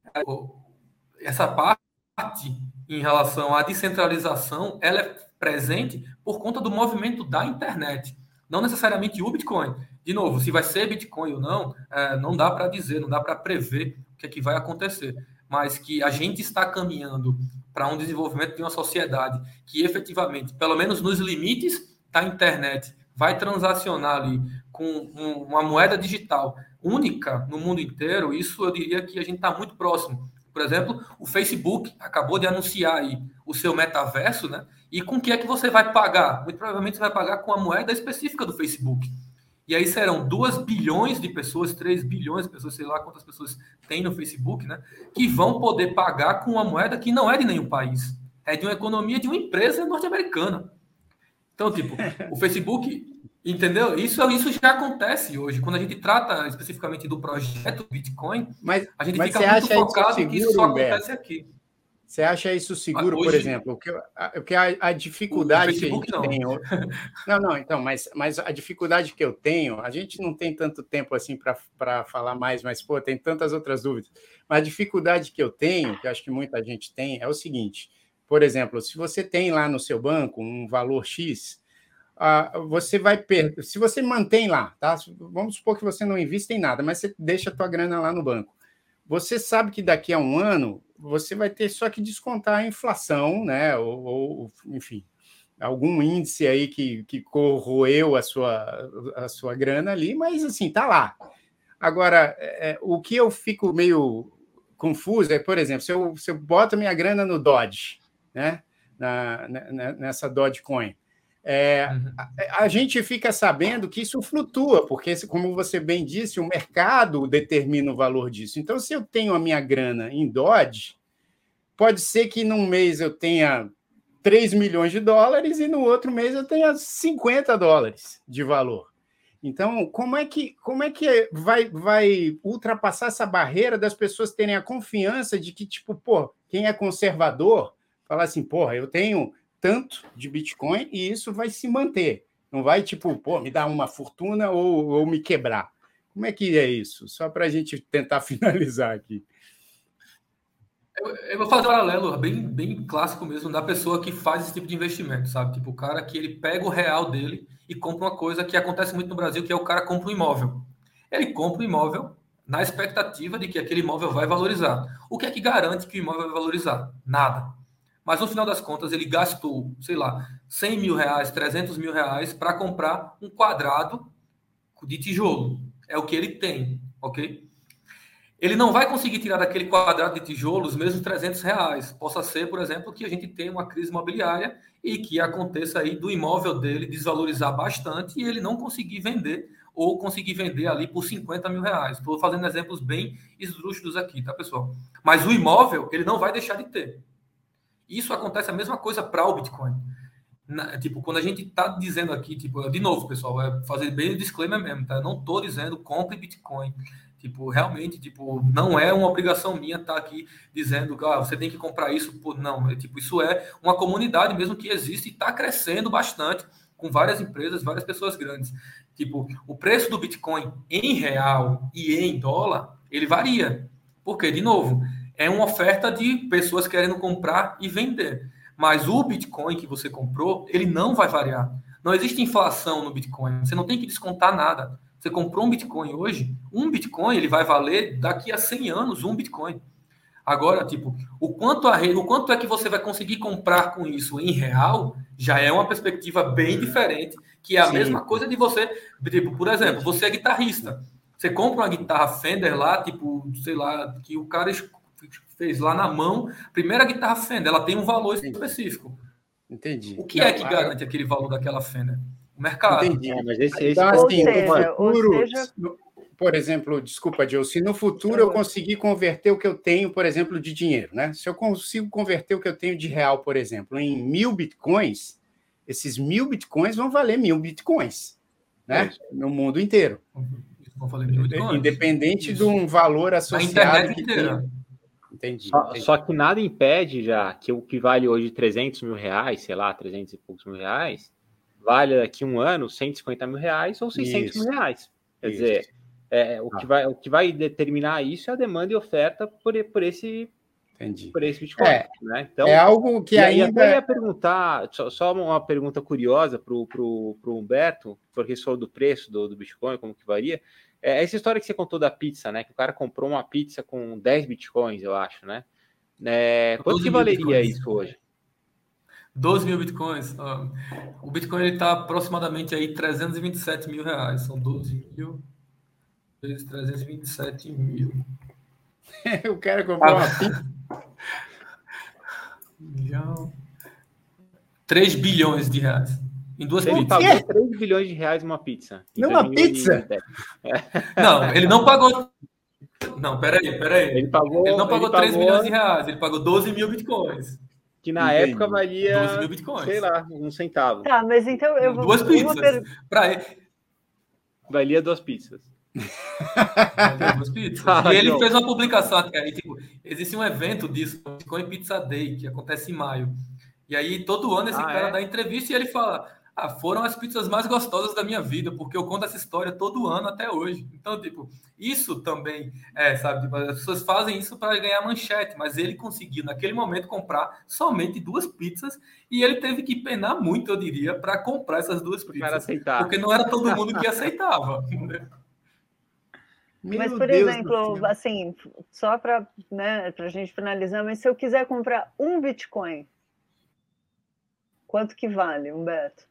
essa parte em relação à descentralização, ela é presente por conta do movimento da internet, não necessariamente o Bitcoin. De novo, se vai ser Bitcoin ou não, não dá para dizer, não dá para prever o que é que vai acontecer, mas que a gente está caminhando para um desenvolvimento de uma sociedade que efetivamente, pelo menos nos limites da internet, vai transacionar ali com uma moeda digital única no mundo inteiro. Isso eu diria que a gente está muito próximo. Por exemplo, o Facebook acabou de anunciar aí o seu metaverso, né? E com o que é que você vai pagar? Muito provavelmente você vai pagar com a moeda específica do Facebook. E aí serão 2 bilhões de pessoas, 3 bilhões de pessoas, sei lá quantas pessoas tem no Facebook, né? Que vão poder pagar com uma moeda que não é de nenhum país. É de uma economia de uma empresa norte-americana. Então, tipo, o Facebook, entendeu? Isso já acontece hoje. Quando a gente trata especificamente do projeto Bitcoin, a gente fica muito focado que isso só acontece aqui. Você acha isso seguro, hoje, por exemplo? Porque a dificuldade que a gente tem... Não, então, mas a dificuldade que eu tenho, a gente não tem tanto tempo assim para falar mais, mas, pô, tem tantas outras dúvidas. Mas a dificuldade que eu tenho, que eu acho que muita gente tem, é o seguinte: por exemplo, se você tem lá no seu banco um valor X, você vai perder. Se você mantém lá, tá? Vamos supor que você não investe em nada, mas você deixa a tua grana lá no banco. Você sabe que daqui a um ano você vai ter só que descontar a inflação, né? Ou enfim, algum índice aí que corroeu a sua grana ali, mas assim, tá lá. Agora, o que eu fico meio confuso é, por exemplo, se eu boto minha grana no Dodge, né? Nessa Dogecoin, a gente fica sabendo que isso flutua, porque, como você bem disse, o mercado determina o valor disso. Então, se eu tenho a minha grana em Dodge, pode ser que num mês eu tenha 3 milhões de dólares e no outro mês eu tenha 50 dólares de valor. Então, como é que vai ultrapassar essa barreira das pessoas terem a confiança de que, tipo, pô, quem é conservador fala assim, porra, eu tenho tanto de Bitcoin e isso vai se manter. Não vai, tipo, pô, me dar uma fortuna ou me quebrar. Como é que é isso? Só para a gente tentar finalizar aqui. Eu vou fazer um paralelo bem clássico mesmo da pessoa que faz esse tipo de investimento, sabe? Tipo, o cara que ele pega o real dele e compra uma coisa que acontece muito no Brasil, que é o cara compra um imóvel. Ele compra um imóvel na expectativa de que aquele imóvel vai valorizar. O que é que garante que o imóvel vai valorizar? Nada. Mas no final das contas ele gastou, sei lá, 100 mil reais, 300 mil reais para comprar um quadrado de tijolo. É o que ele tem, ok? Ele não vai conseguir tirar daquele quadrado de tijolo os mesmos 300 reais. Possa ser, por exemplo, que a gente tenha uma crise imobiliária e que aconteça aí do imóvel dele desvalorizar bastante e ele não conseguir vender ou conseguir vender ali por 50 mil reais. Estou fazendo exemplos bem esdrúxulos aqui, tá, pessoal? Mas o imóvel, ele não vai deixar de ter. Isso acontece a mesma coisa para o Bitcoin. Tipo, quando a gente está dizendo aqui, tipo, de novo, pessoal, é fazer bem o disclaimer mesmo, tá? Eu não estou dizendo compre Bitcoin. Tipo, realmente, tipo, não é uma obrigação minha estar aqui dizendo que você tem que comprar isso. Não, tipo, isso é uma comunidade mesmo que existe e está crescendo bastante, com várias empresas, várias pessoas grandes. Tipo, o preço do Bitcoin em real e em dólar, ele varia. Porque, de novo, é uma oferta de pessoas querendo comprar e vender. Mas o Bitcoin que você comprou, ele não vai variar. Não existe inflação no Bitcoin. Você não tem que descontar nada. Você comprou um Bitcoin hoje, um Bitcoin ele vai valer daqui a 100 anos um Bitcoin. Agora, tipo, o quanto é que você vai conseguir comprar com isso em real, já é uma perspectiva bem diferente, que é a mesma coisa de você, tipo, por exemplo, você é guitarrista. Você compra uma guitarra Fender lá, tipo, sei lá, que o cara fez lá na mão, primeira guitarra Fender, ela tem um valor específico. Entendi. O que é que garante aquele valor daquela Fender? O mercado. Entendi. Mas esse Então, Ou assim, seja, no futuro, por exemplo, desculpa, Gil, se no futuro eu conseguir converter o que eu tenho, por exemplo, de dinheiro, né? Se eu consigo converter o que eu tenho de real, por exemplo, em 1.000 bitcoins, esses 1.000 bitcoins vão valer 1.000 bitcoins, né? No mundo inteiro. Vou falar de Bitcoin. Independente de um valor associado a internet que inteira. tem. Entendi. Só que nada impede já que o que vale hoje 300 mil reais, sei lá, 300 e poucos mil reais, vale daqui um ano 150 mil reais ou 600 mil reais. Quer dizer, o que vai determinar isso é a demanda e oferta por esse Bitcoin. Né? Então, é algo que ainda... E até ia perguntar, só uma pergunta curiosa para o Humberto, porque sou do preço do Bitcoin, como que varia. Essa história que você contou da pizza, né? Que o cara comprou uma pizza com 10 Bitcoins, eu acho, né? Quanto que valeria isso hoje? 12 mil Bitcoins. O Bitcoin está aproximadamente aí 327 mil reais. São 12 mil vezes 327 mil. O cara comprou uma pizza. 3 bilhões de reais. Em duas pizzas. Pagou 3 bilhões de reais uma pizza. Numa pizza? Não, ele não pagou. Não, peraí. Ele não pagou 3 milhões de reais, ele pagou 12 mil Bitcoins. Que na época valia, 12 mil Bitcoins. Sei lá, um centavo. Tá, mas então eu vou... Duas pizzas. Valia 2 pizzas. E ele fez uma publicação, e, tipo, existe um evento disso, o Bitcoin Pizza Day, que acontece em maio. E aí, todo ano, esse cara dá entrevista e ele fala: foram as pizzas mais gostosas da minha vida, porque eu conto essa história todo ano até hoje. Então, tipo, isso também sabe, tipo, as pessoas fazem isso para ganhar manchete, mas ele conseguiu, naquele momento, comprar somente 2 pizzas e ele teve que penar muito, eu diria, para comprar essas 2 pizzas. Porque não era todo mundo que aceitava. Mas, por exemplo, assim, só para a gente finalizar, mas se eu quiser comprar um Bitcoin, quanto que vale, Humberto?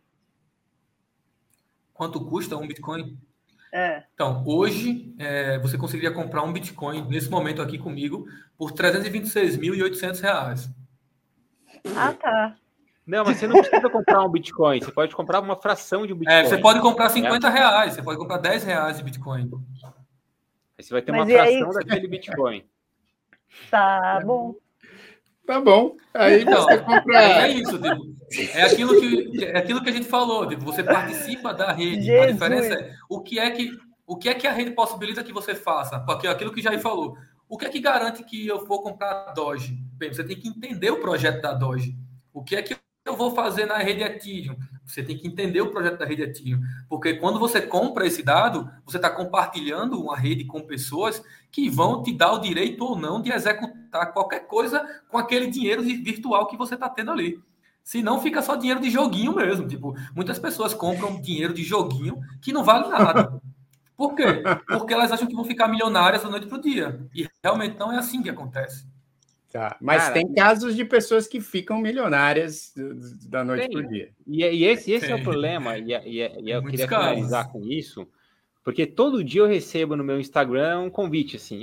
Quanto custa um Bitcoin? É. Então, hoje, você conseguiria comprar um Bitcoin, nesse momento aqui comigo, por R$326.800. Ah, tá. Não, mas você não precisa comprar um Bitcoin, você pode comprar uma fração de um Bitcoin. Você pode comprar R$50, você pode comprar R$10 de Bitcoin. Aí você vai ter uma fração daquele Bitcoin. Tá bom. Tá bom. Aí então, você compra... É isso, tipo, é aquilo que a gente falou, tipo, você participa da rede. Jesus. A diferença é o que é que a rede possibilita que você faça? Porque aquilo que Jair falou. O que é que garante que eu vou comprar Doge? Bem, você tem que entender o projeto da Doge. O que é que eu vou fazer na rede Ethereum? Você tem que entender o projeto da rede Ethereum. Porque quando você compra esse dado, você está compartilhando uma rede com pessoas que vão te dar o direito ou não de executar qualquer coisa com aquele dinheiro virtual que você está tendo ali. Se não, fica só dinheiro de joguinho mesmo. Tipo, muitas pessoas compram dinheiro de joguinho que não vale nada. Por quê? Porque elas acham que vão ficar milionárias da noite para o dia. E realmente não é assim que acontece. Tá, mas tem casos de pessoas que ficam milionárias da noite para o dia. E esse é o problema. E eu queria finalizar com isso, porque todo dia eu recebo no meu Instagram um convite assim: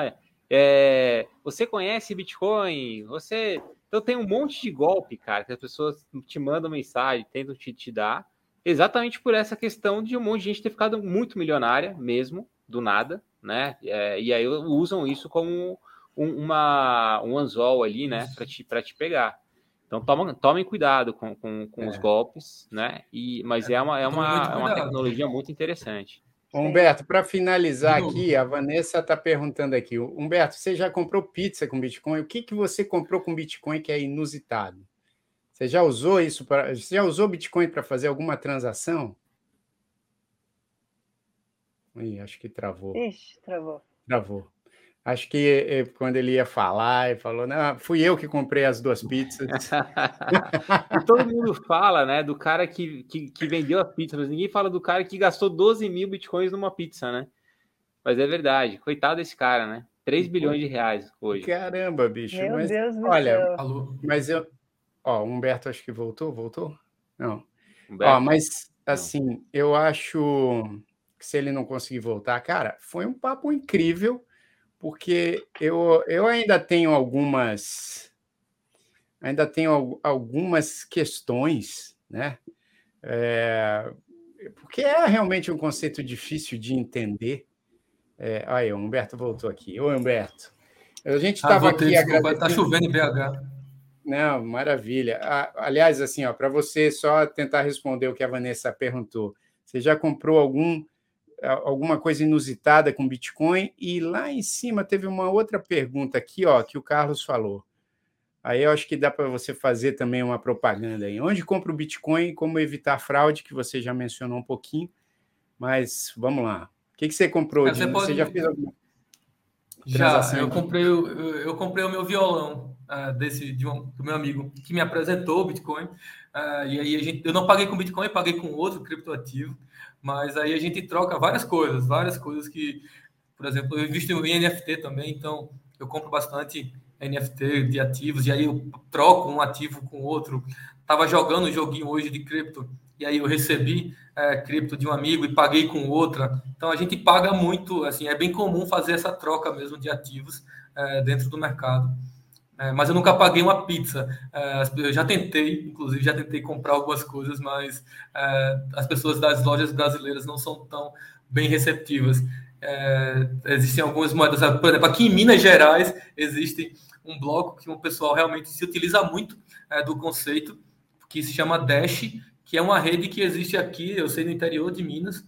você conhece Bitcoin? Então tem um monte de golpe, cara, que as pessoas te mandam mensagem, tentam te dar, exatamente por essa questão de um monte de gente ter ficado muito milionária mesmo, do nada, né? E aí usam isso como um anzol ali, né, para te pegar. Então tomem cuidado com os golpes, né? Mas é uma tecnologia muito interessante. Humberto, para finalizar aqui, a Vanessa está perguntando aqui. Humberto, você já comprou pizza com Bitcoin? O que você comprou com Bitcoin que é inusitado? Você já usou isso Você já usou Bitcoin para fazer alguma transação? Ih, acho que travou. Ixi, travou. Travou. Acho que quando ele ia falar, ele falou, não, fui eu que comprei as 2 pizzas. E todo mundo fala, né, do cara que vendeu a pizza, mas ninguém fala do cara que gastou 12 mil bitcoins numa pizza, né? Mas é verdade, coitado desse cara, né? 3 bilhões de reais hoje. Caramba, bicho. Meu Deus do olha, céu. Alô? Mas o Humberto acho que voltou? Não. Humberto? Mas, assim, eu acho que se ele não conseguir voltar, cara, foi um papo incrível, porque eu ainda tenho algumas questões, né? Porque é realmente um conceito difícil de entender. Aí, o Humberto voltou aqui. Oi, Humberto. A gente estava aqui desculpa, está chovendo em BH. Não, maravilha. Aliás, assim, para você só tentar responder o que a Vanessa perguntou, você já comprou alguma coisa inusitada com Bitcoin? E lá em cima teve uma outra pergunta aqui, que o Carlos falou. Aí eu acho que dá para você fazer também uma propaganda aí. Onde compra o Bitcoin e como evitar fraude, que você já mencionou um pouquinho. Mas vamos lá. O que você comprou? Você já fez alguma transação? Já, eu comprei o meu violão do meu amigo que me apresentou o Bitcoin. E aí eu não paguei com Bitcoin, paguei com outro criptoativo. Mas aí a gente troca várias coisas que, por exemplo, eu invisto em NFT também, então eu compro bastante NFT de ativos, e aí eu troco um ativo com outro. Estava jogando um joguinho hoje de cripto, e aí eu recebi cripto de um amigo e paguei com outra. Então a gente paga muito, assim, é bem comum fazer essa troca mesmo de ativos dentro do mercado. Mas eu nunca paguei uma pizza. Eu já tentei comprar algumas coisas, mas as pessoas das lojas brasileiras não são tão bem receptivas. Existem algumas moedas, por exemplo, aqui em Minas Gerais existe um bloco que o pessoal realmente se utiliza muito do conceito, que se chama Dash, que é uma rede que existe aqui, eu sei, no interior de Minas,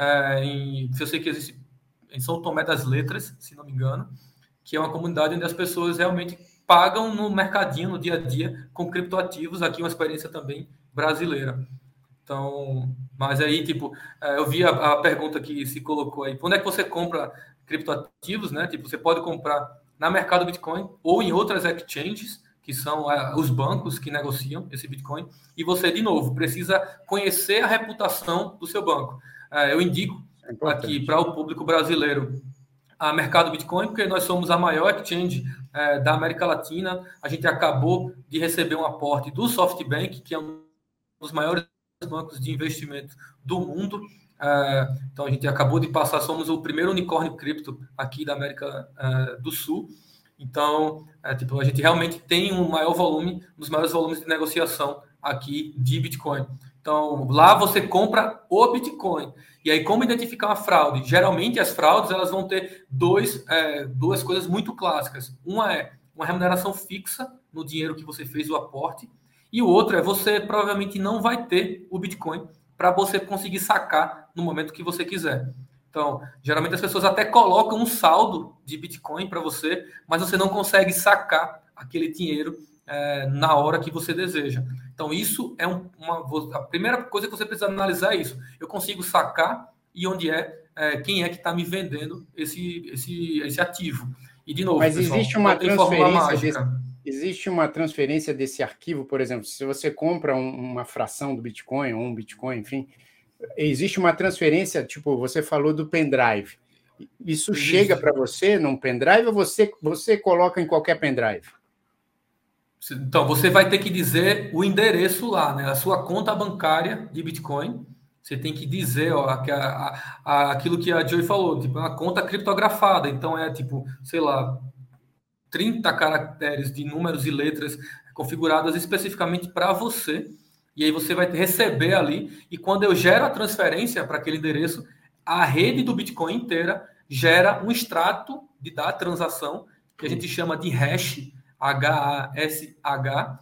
eu sei que existe em São Tomé das Letras, se não me engano, que é uma comunidade onde as pessoas realmente pagam no mercadinho, no dia a dia, com criptoativos. Aqui uma experiência também brasileira. Então, mas aí, tipo, eu vi a pergunta que se colocou aí. Onde é que você compra criptoativos, né? Tipo, você pode comprar na Mercado Bitcoin ou em outras exchanges, que são os bancos que negociam esse Bitcoin. E você, de novo, precisa conhecer a reputação do seu banco. Eu indico aqui para o público brasileiro a Mercado Bitcoin, porque nós somos a maior exchange da América Latina. A gente acabou de receber um aporte do SoftBank, que é um dos maiores bancos de investimento do mundo. Então a gente acabou de passar, somos o primeiro unicórnio cripto aqui da América do Sul. Então, a gente realmente tem um maior volume, um dos maiores volumes de negociação aqui de Bitcoin. Então, lá você compra o Bitcoin. E aí, como identificar uma fraude? Geralmente, as fraudes elas vão ter duas coisas muito clássicas. Uma é uma remuneração fixa no dinheiro que você fez o aporte. E o outro é você provavelmente não vai ter o Bitcoin para você conseguir sacar no momento que você quiser. Então, geralmente as pessoas até colocam um saldo de Bitcoin para você, mas você não consegue sacar aquele dinheiro na hora que você deseja. Então, isso é a primeira coisa que você precisa analisar é isso. Eu consigo sacar e onde quem é que está me vendendo esse ativo. E, de novo, mas pessoal, existe uma transferência desse arquivo, por exemplo, se você compra uma fração do Bitcoin ou um Bitcoin, enfim, existe uma transferência, tipo, você falou do pendrive. Isso chega para você num pendrive ou você coloca em qualquer pendrive? Então, você vai ter que dizer o endereço lá, né? A sua conta bancária de Bitcoin. Você tem que dizer aquilo que a Joy falou, tipo, uma conta criptografada. Então, tipo, sei lá, 30 caracteres de números e letras configuradas especificamente para você. E aí você vai receber ali. E quando eu gero a transferência para aquele endereço, a rede do Bitcoin inteira gera um extrato da transação, que a gente chama de hash, H-A-S-H,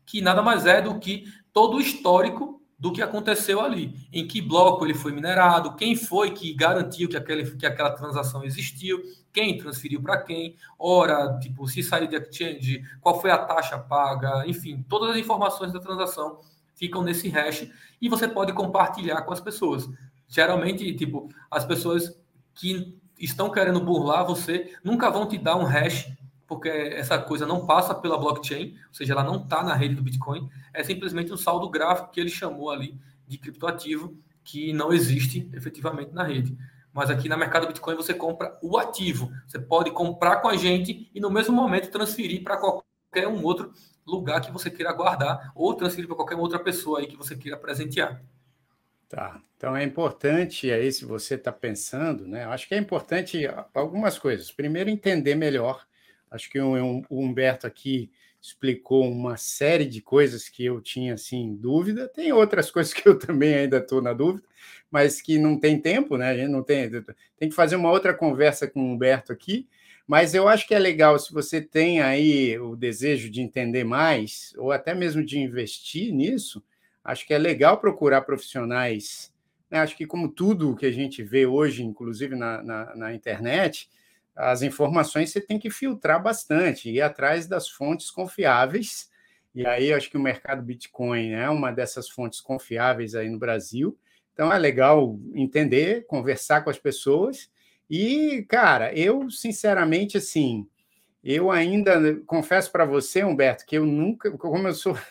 que nada mais é do que todo o histórico do que aconteceu ali, em que bloco ele foi minerado, quem foi que garantiu que aquela transação existiu, quem transferiu para quem, ora, tipo, se saiu de exchange, qual foi a taxa paga, enfim, todas as informações da transação ficam nesse hash e você pode compartilhar com as pessoas. Geralmente, tipo, as pessoas que estão querendo burlar você nunca vão te dar um hash, porque essa coisa não passa pela blockchain, ou seja, ela não está na rede do Bitcoin, é simplesmente um saldo gráfico que ele chamou ali de criptoativo, que não existe efetivamente na rede. Mas aqui na mercado Bitcoin você compra o ativo. Você pode comprar com a gente e no mesmo momento transferir para qualquer um outro lugar que você queira guardar ou transferir para qualquer outra pessoa aí que você queira presentear. Tá. Então é importante aí, se você está pensando, né? Eu acho que é importante algumas coisas. Primeiro, entender melhor. Acho que o Humberto aqui explicou uma série de coisas que eu tinha assim dúvida. Tem outras coisas que eu também ainda estou na dúvida, mas que não tem tempo, né? A gente não tem que fazer uma outra conversa com o Humberto aqui. Mas eu acho que é legal se você tem aí o desejo de entender mais, ou até mesmo de investir nisso. Acho que é legal procurar profissionais, né? Acho que como tudo que a gente vê hoje, inclusive na internet, as informações você tem que filtrar bastante, ir atrás das fontes confiáveis, e aí acho que o mercado Bitcoin é uma dessas fontes confiáveis aí no Brasil, então é legal entender, conversar com as pessoas, e, cara, eu, sinceramente, assim, eu ainda confesso para você, Humberto, que eu nunca, como eu sou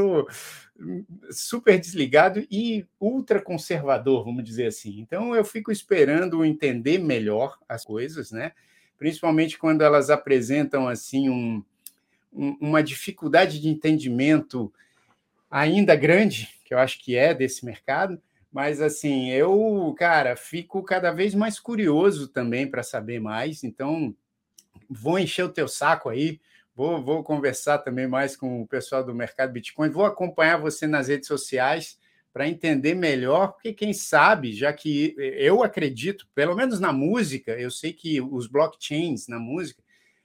super desligado e ultra conservador, vamos dizer assim. Então eu fico esperando entender melhor as coisas, né? Principalmente quando elas apresentam assim uma dificuldade de entendimento ainda grande, que eu acho que é desse mercado. Mas assim, eu, cara, fico cada vez mais curioso também para saber mais. Então vou encher o teu saco aí, vou conversar também mais com o pessoal do mercado Bitcoin, vou acompanhar você nas redes sociais para entender melhor, porque quem sabe, já que eu acredito, pelo menos na música, eu sei que os blockchains na música,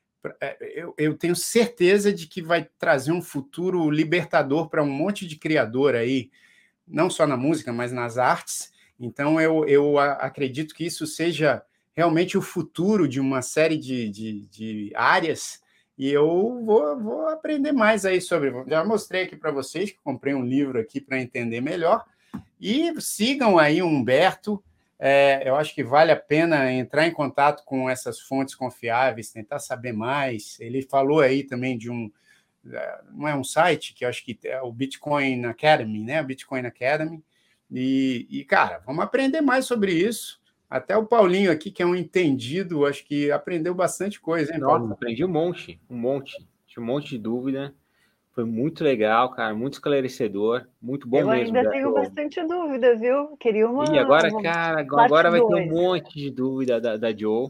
eu tenho certeza de que vai trazer um futuro libertador para um monte de criador aí, não só na música, mas nas artes. Então, eu acredito que isso seja realmente o futuro de uma série de áreas, e eu vou aprender mais aí sobre. Já mostrei aqui para vocês que comprei um livro aqui para entender melhor, e sigam aí o Humberto. Eu acho que vale a pena entrar em contato com essas fontes confiáveis, tentar saber mais. Ele falou aí também de não é um site, que eu acho que é o Bitcoin Academy, né? O Bitcoin Academy. E, cara, vamos aprender mais sobre isso. Até o Paulinho aqui, que é um entendido, acho que aprendeu bastante coisa, hein, Paulinho? Nossa, aprendi um monte. Tinha um monte de dúvida. Foi muito legal, cara, muito esclarecedor, muito bom mesmo. Eu ainda tenho bastante dúvida, viu? Queria uma. E agora, cara, agora vai ter um monte de dúvida da Joe.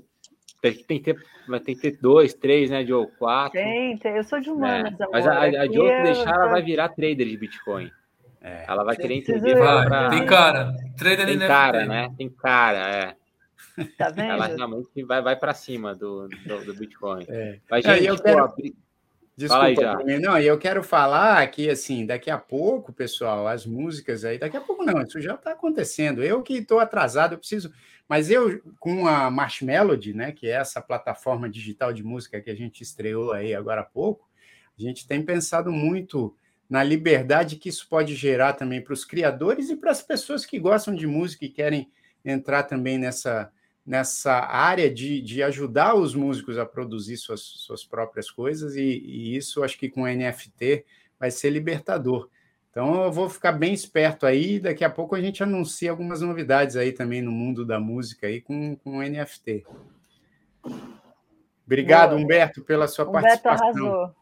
Vai ter que ter 2, 3, né, Joe? 4. Tem, eu sou de humanas, amor. Mas a Joe, que deixar, ela vai virar trader de Bitcoin. Ela vai querer entender. Tem cara. Trader tem cara, né? Tem cara, Tá vendo? Ela realmente vai para cima do Bitcoin. Mas, Não, gente, eu quero... Desculpa, não, e eu quero falar que, assim, daqui a pouco, pessoal, as músicas aí, daqui a pouco não, isso já está acontecendo. Eu que estou atrasado, eu preciso... Mas eu, com a Marshmelody, né, que é essa plataforma digital de música que a gente estreou aí agora há pouco, a gente tem pensado muito na liberdade que isso pode gerar também para os criadores e para as pessoas que gostam de música e querem entrar também nessa área de ajudar os músicos a produzir suas próprias coisas, e isso acho que com NFT vai ser libertador. Então eu vou ficar bem esperto aí, daqui a pouco a gente anuncia algumas novidades aí também no mundo da música aí com NFT. Obrigado, Humberto, pela sua participação. Arrasou.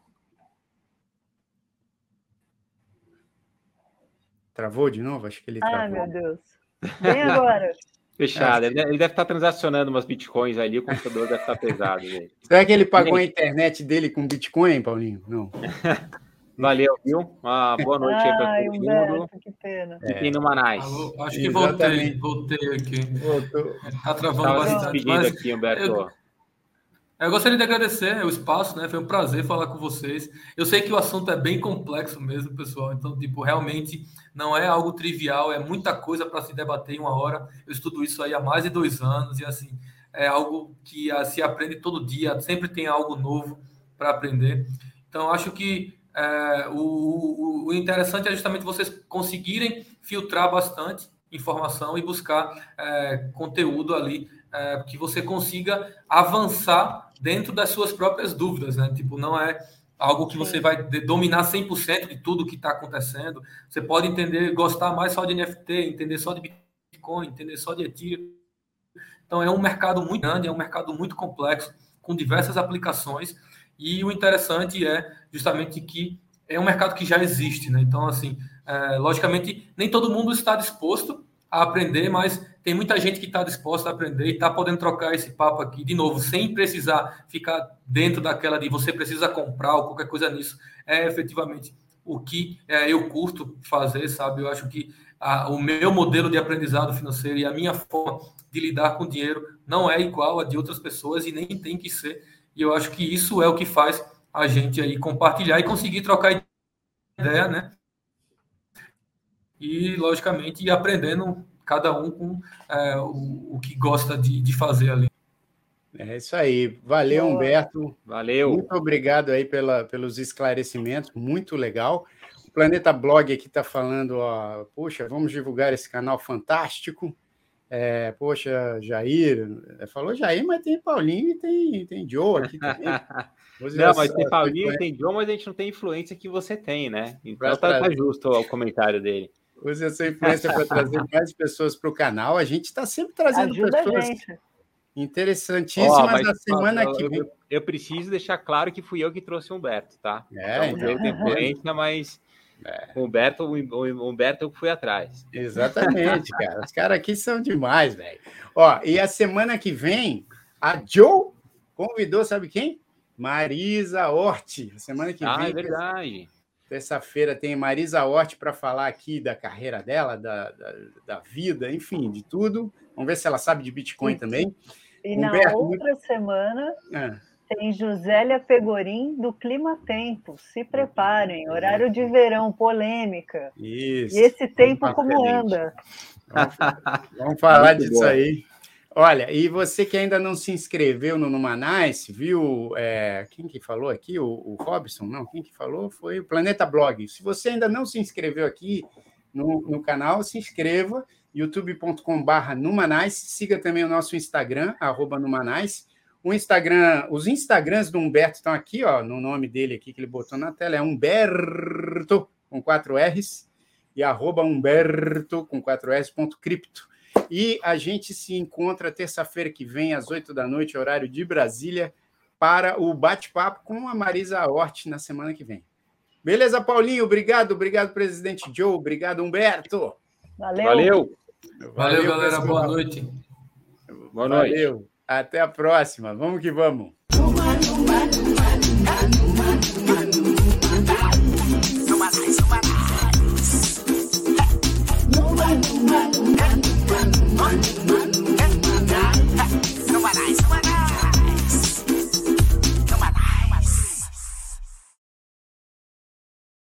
Travou de novo? Acho que ele travou. Ai, meu Deus. Vem agora. Fechado. Ele deve estar transacionando umas bitcoins ali, o computador deve estar pesado. Gente. Será que ele pagou a internet dele com bitcoin, Paulinho? Não. Valeu, viu? Uma boa noite aí para todo mundo. Que pena. Fiquem no Manais. Acho que voltei aqui. Voltou. Tá travando bastante. Se despedindo aqui, Humberto. Eu gostaria de agradecer o espaço, né? Foi um prazer falar com vocês. Eu sei que o assunto é bem complexo mesmo, pessoal. Então, tipo, realmente não é algo trivial, é muita coisa para se debater em uma hora. Eu estudo isso aí há mais de 2 anos e, assim, é algo que se aprende todo dia, sempre tem algo novo para aprender. Então, acho que o interessante é justamente vocês conseguirem filtrar bastante informação e buscar conteúdo ali que você consiga avançar dentro das suas próprias dúvidas, né? Tipo, não é algo que você vai dominar 100% de tudo que está acontecendo. Você pode entender, gostar mais só de NFT, entender só de Bitcoin, entender só de Ethereum. Então, é um mercado muito grande, é um mercado muito complexo, com diversas aplicações, e o interessante é justamente que é um mercado que já existe, né? Então, assim, logicamente, nem todo mundo está disposto a aprender, mas tem muita gente que está disposta a aprender e está podendo trocar esse papo aqui, de novo, sem precisar ficar dentro daquela de você precisa comprar ou qualquer coisa nisso. É efetivamente o que eu curto fazer, sabe? Eu acho que o meu modelo de aprendizado financeiro e a minha forma de lidar com dinheiro não é igual a de outras pessoas e nem tem que ser. E eu acho que isso é o que faz a gente aí compartilhar e conseguir trocar ideia, né? E, logicamente, ir aprendendo cada um com o que gosta de fazer ali. É isso aí. Valeu, Humberto. Valeu. Muito obrigado aí pelos esclarecimentos. Muito legal. O Planeta Blog aqui está falando, ó, poxa, vamos divulgar esse canal fantástico. Poxa, Jair. Falou Jair, mas tem Paulinho e tem Joe aqui também. Não, mas tem Paulinho e tem Joe, mas a gente não tem influência que você tem, né? Então tá justo o comentário dele. Use essa influência para trazer mais pessoas para o canal. A gente está sempre trazendo pessoas interessantíssimas na semana que vem. Eu preciso deixar claro que fui eu que trouxe o Humberto, tá? Então, eu tenho influência, mas o Humberto eu fui atrás. Exatamente, cara. Os caras aqui são demais, velho. Ó, e a semana que vem, a Joe convidou, sabe quem? Marisa Hort. A semana que vem. É verdade. Terça-feira tem Marisa Hort para falar aqui da carreira dela, da vida, enfim, de tudo. Vamos ver se ela sabe de Bitcoin também. E Humberto, na outra semana tem Josélia Pegorim, do Clima Tempo. Se preparem, horário de verão, polêmica. Isso. E esse tempo como anda? Vamos falar disso aí. Olha, e você que ainda não se inscreveu no Numanice, viu? Quem que falou aqui? O Robson? Não, quem que falou foi o Planeta Blog. Se você ainda não se inscreveu aqui no canal, se inscreva, youtube.com/Numanice. Siga também o nosso Instagram, @Numanice. Os Instagrams do Humberto estão aqui, ó, no nome dele aqui que ele botou na tela, é Humberto, com 4 R's, e @Humberto, com 4 R's, .cripto. E a gente se encontra terça-feira que vem, às 8 da noite, horário de Brasília, para o bate-papo com a Marisa Hort na semana que vem. Beleza, Paulinho? Obrigado, presidente Joe. Obrigado, Humberto. Valeu, galera. Boa noite. Boa noite. Valeu. Até a próxima. Vamos que vamos.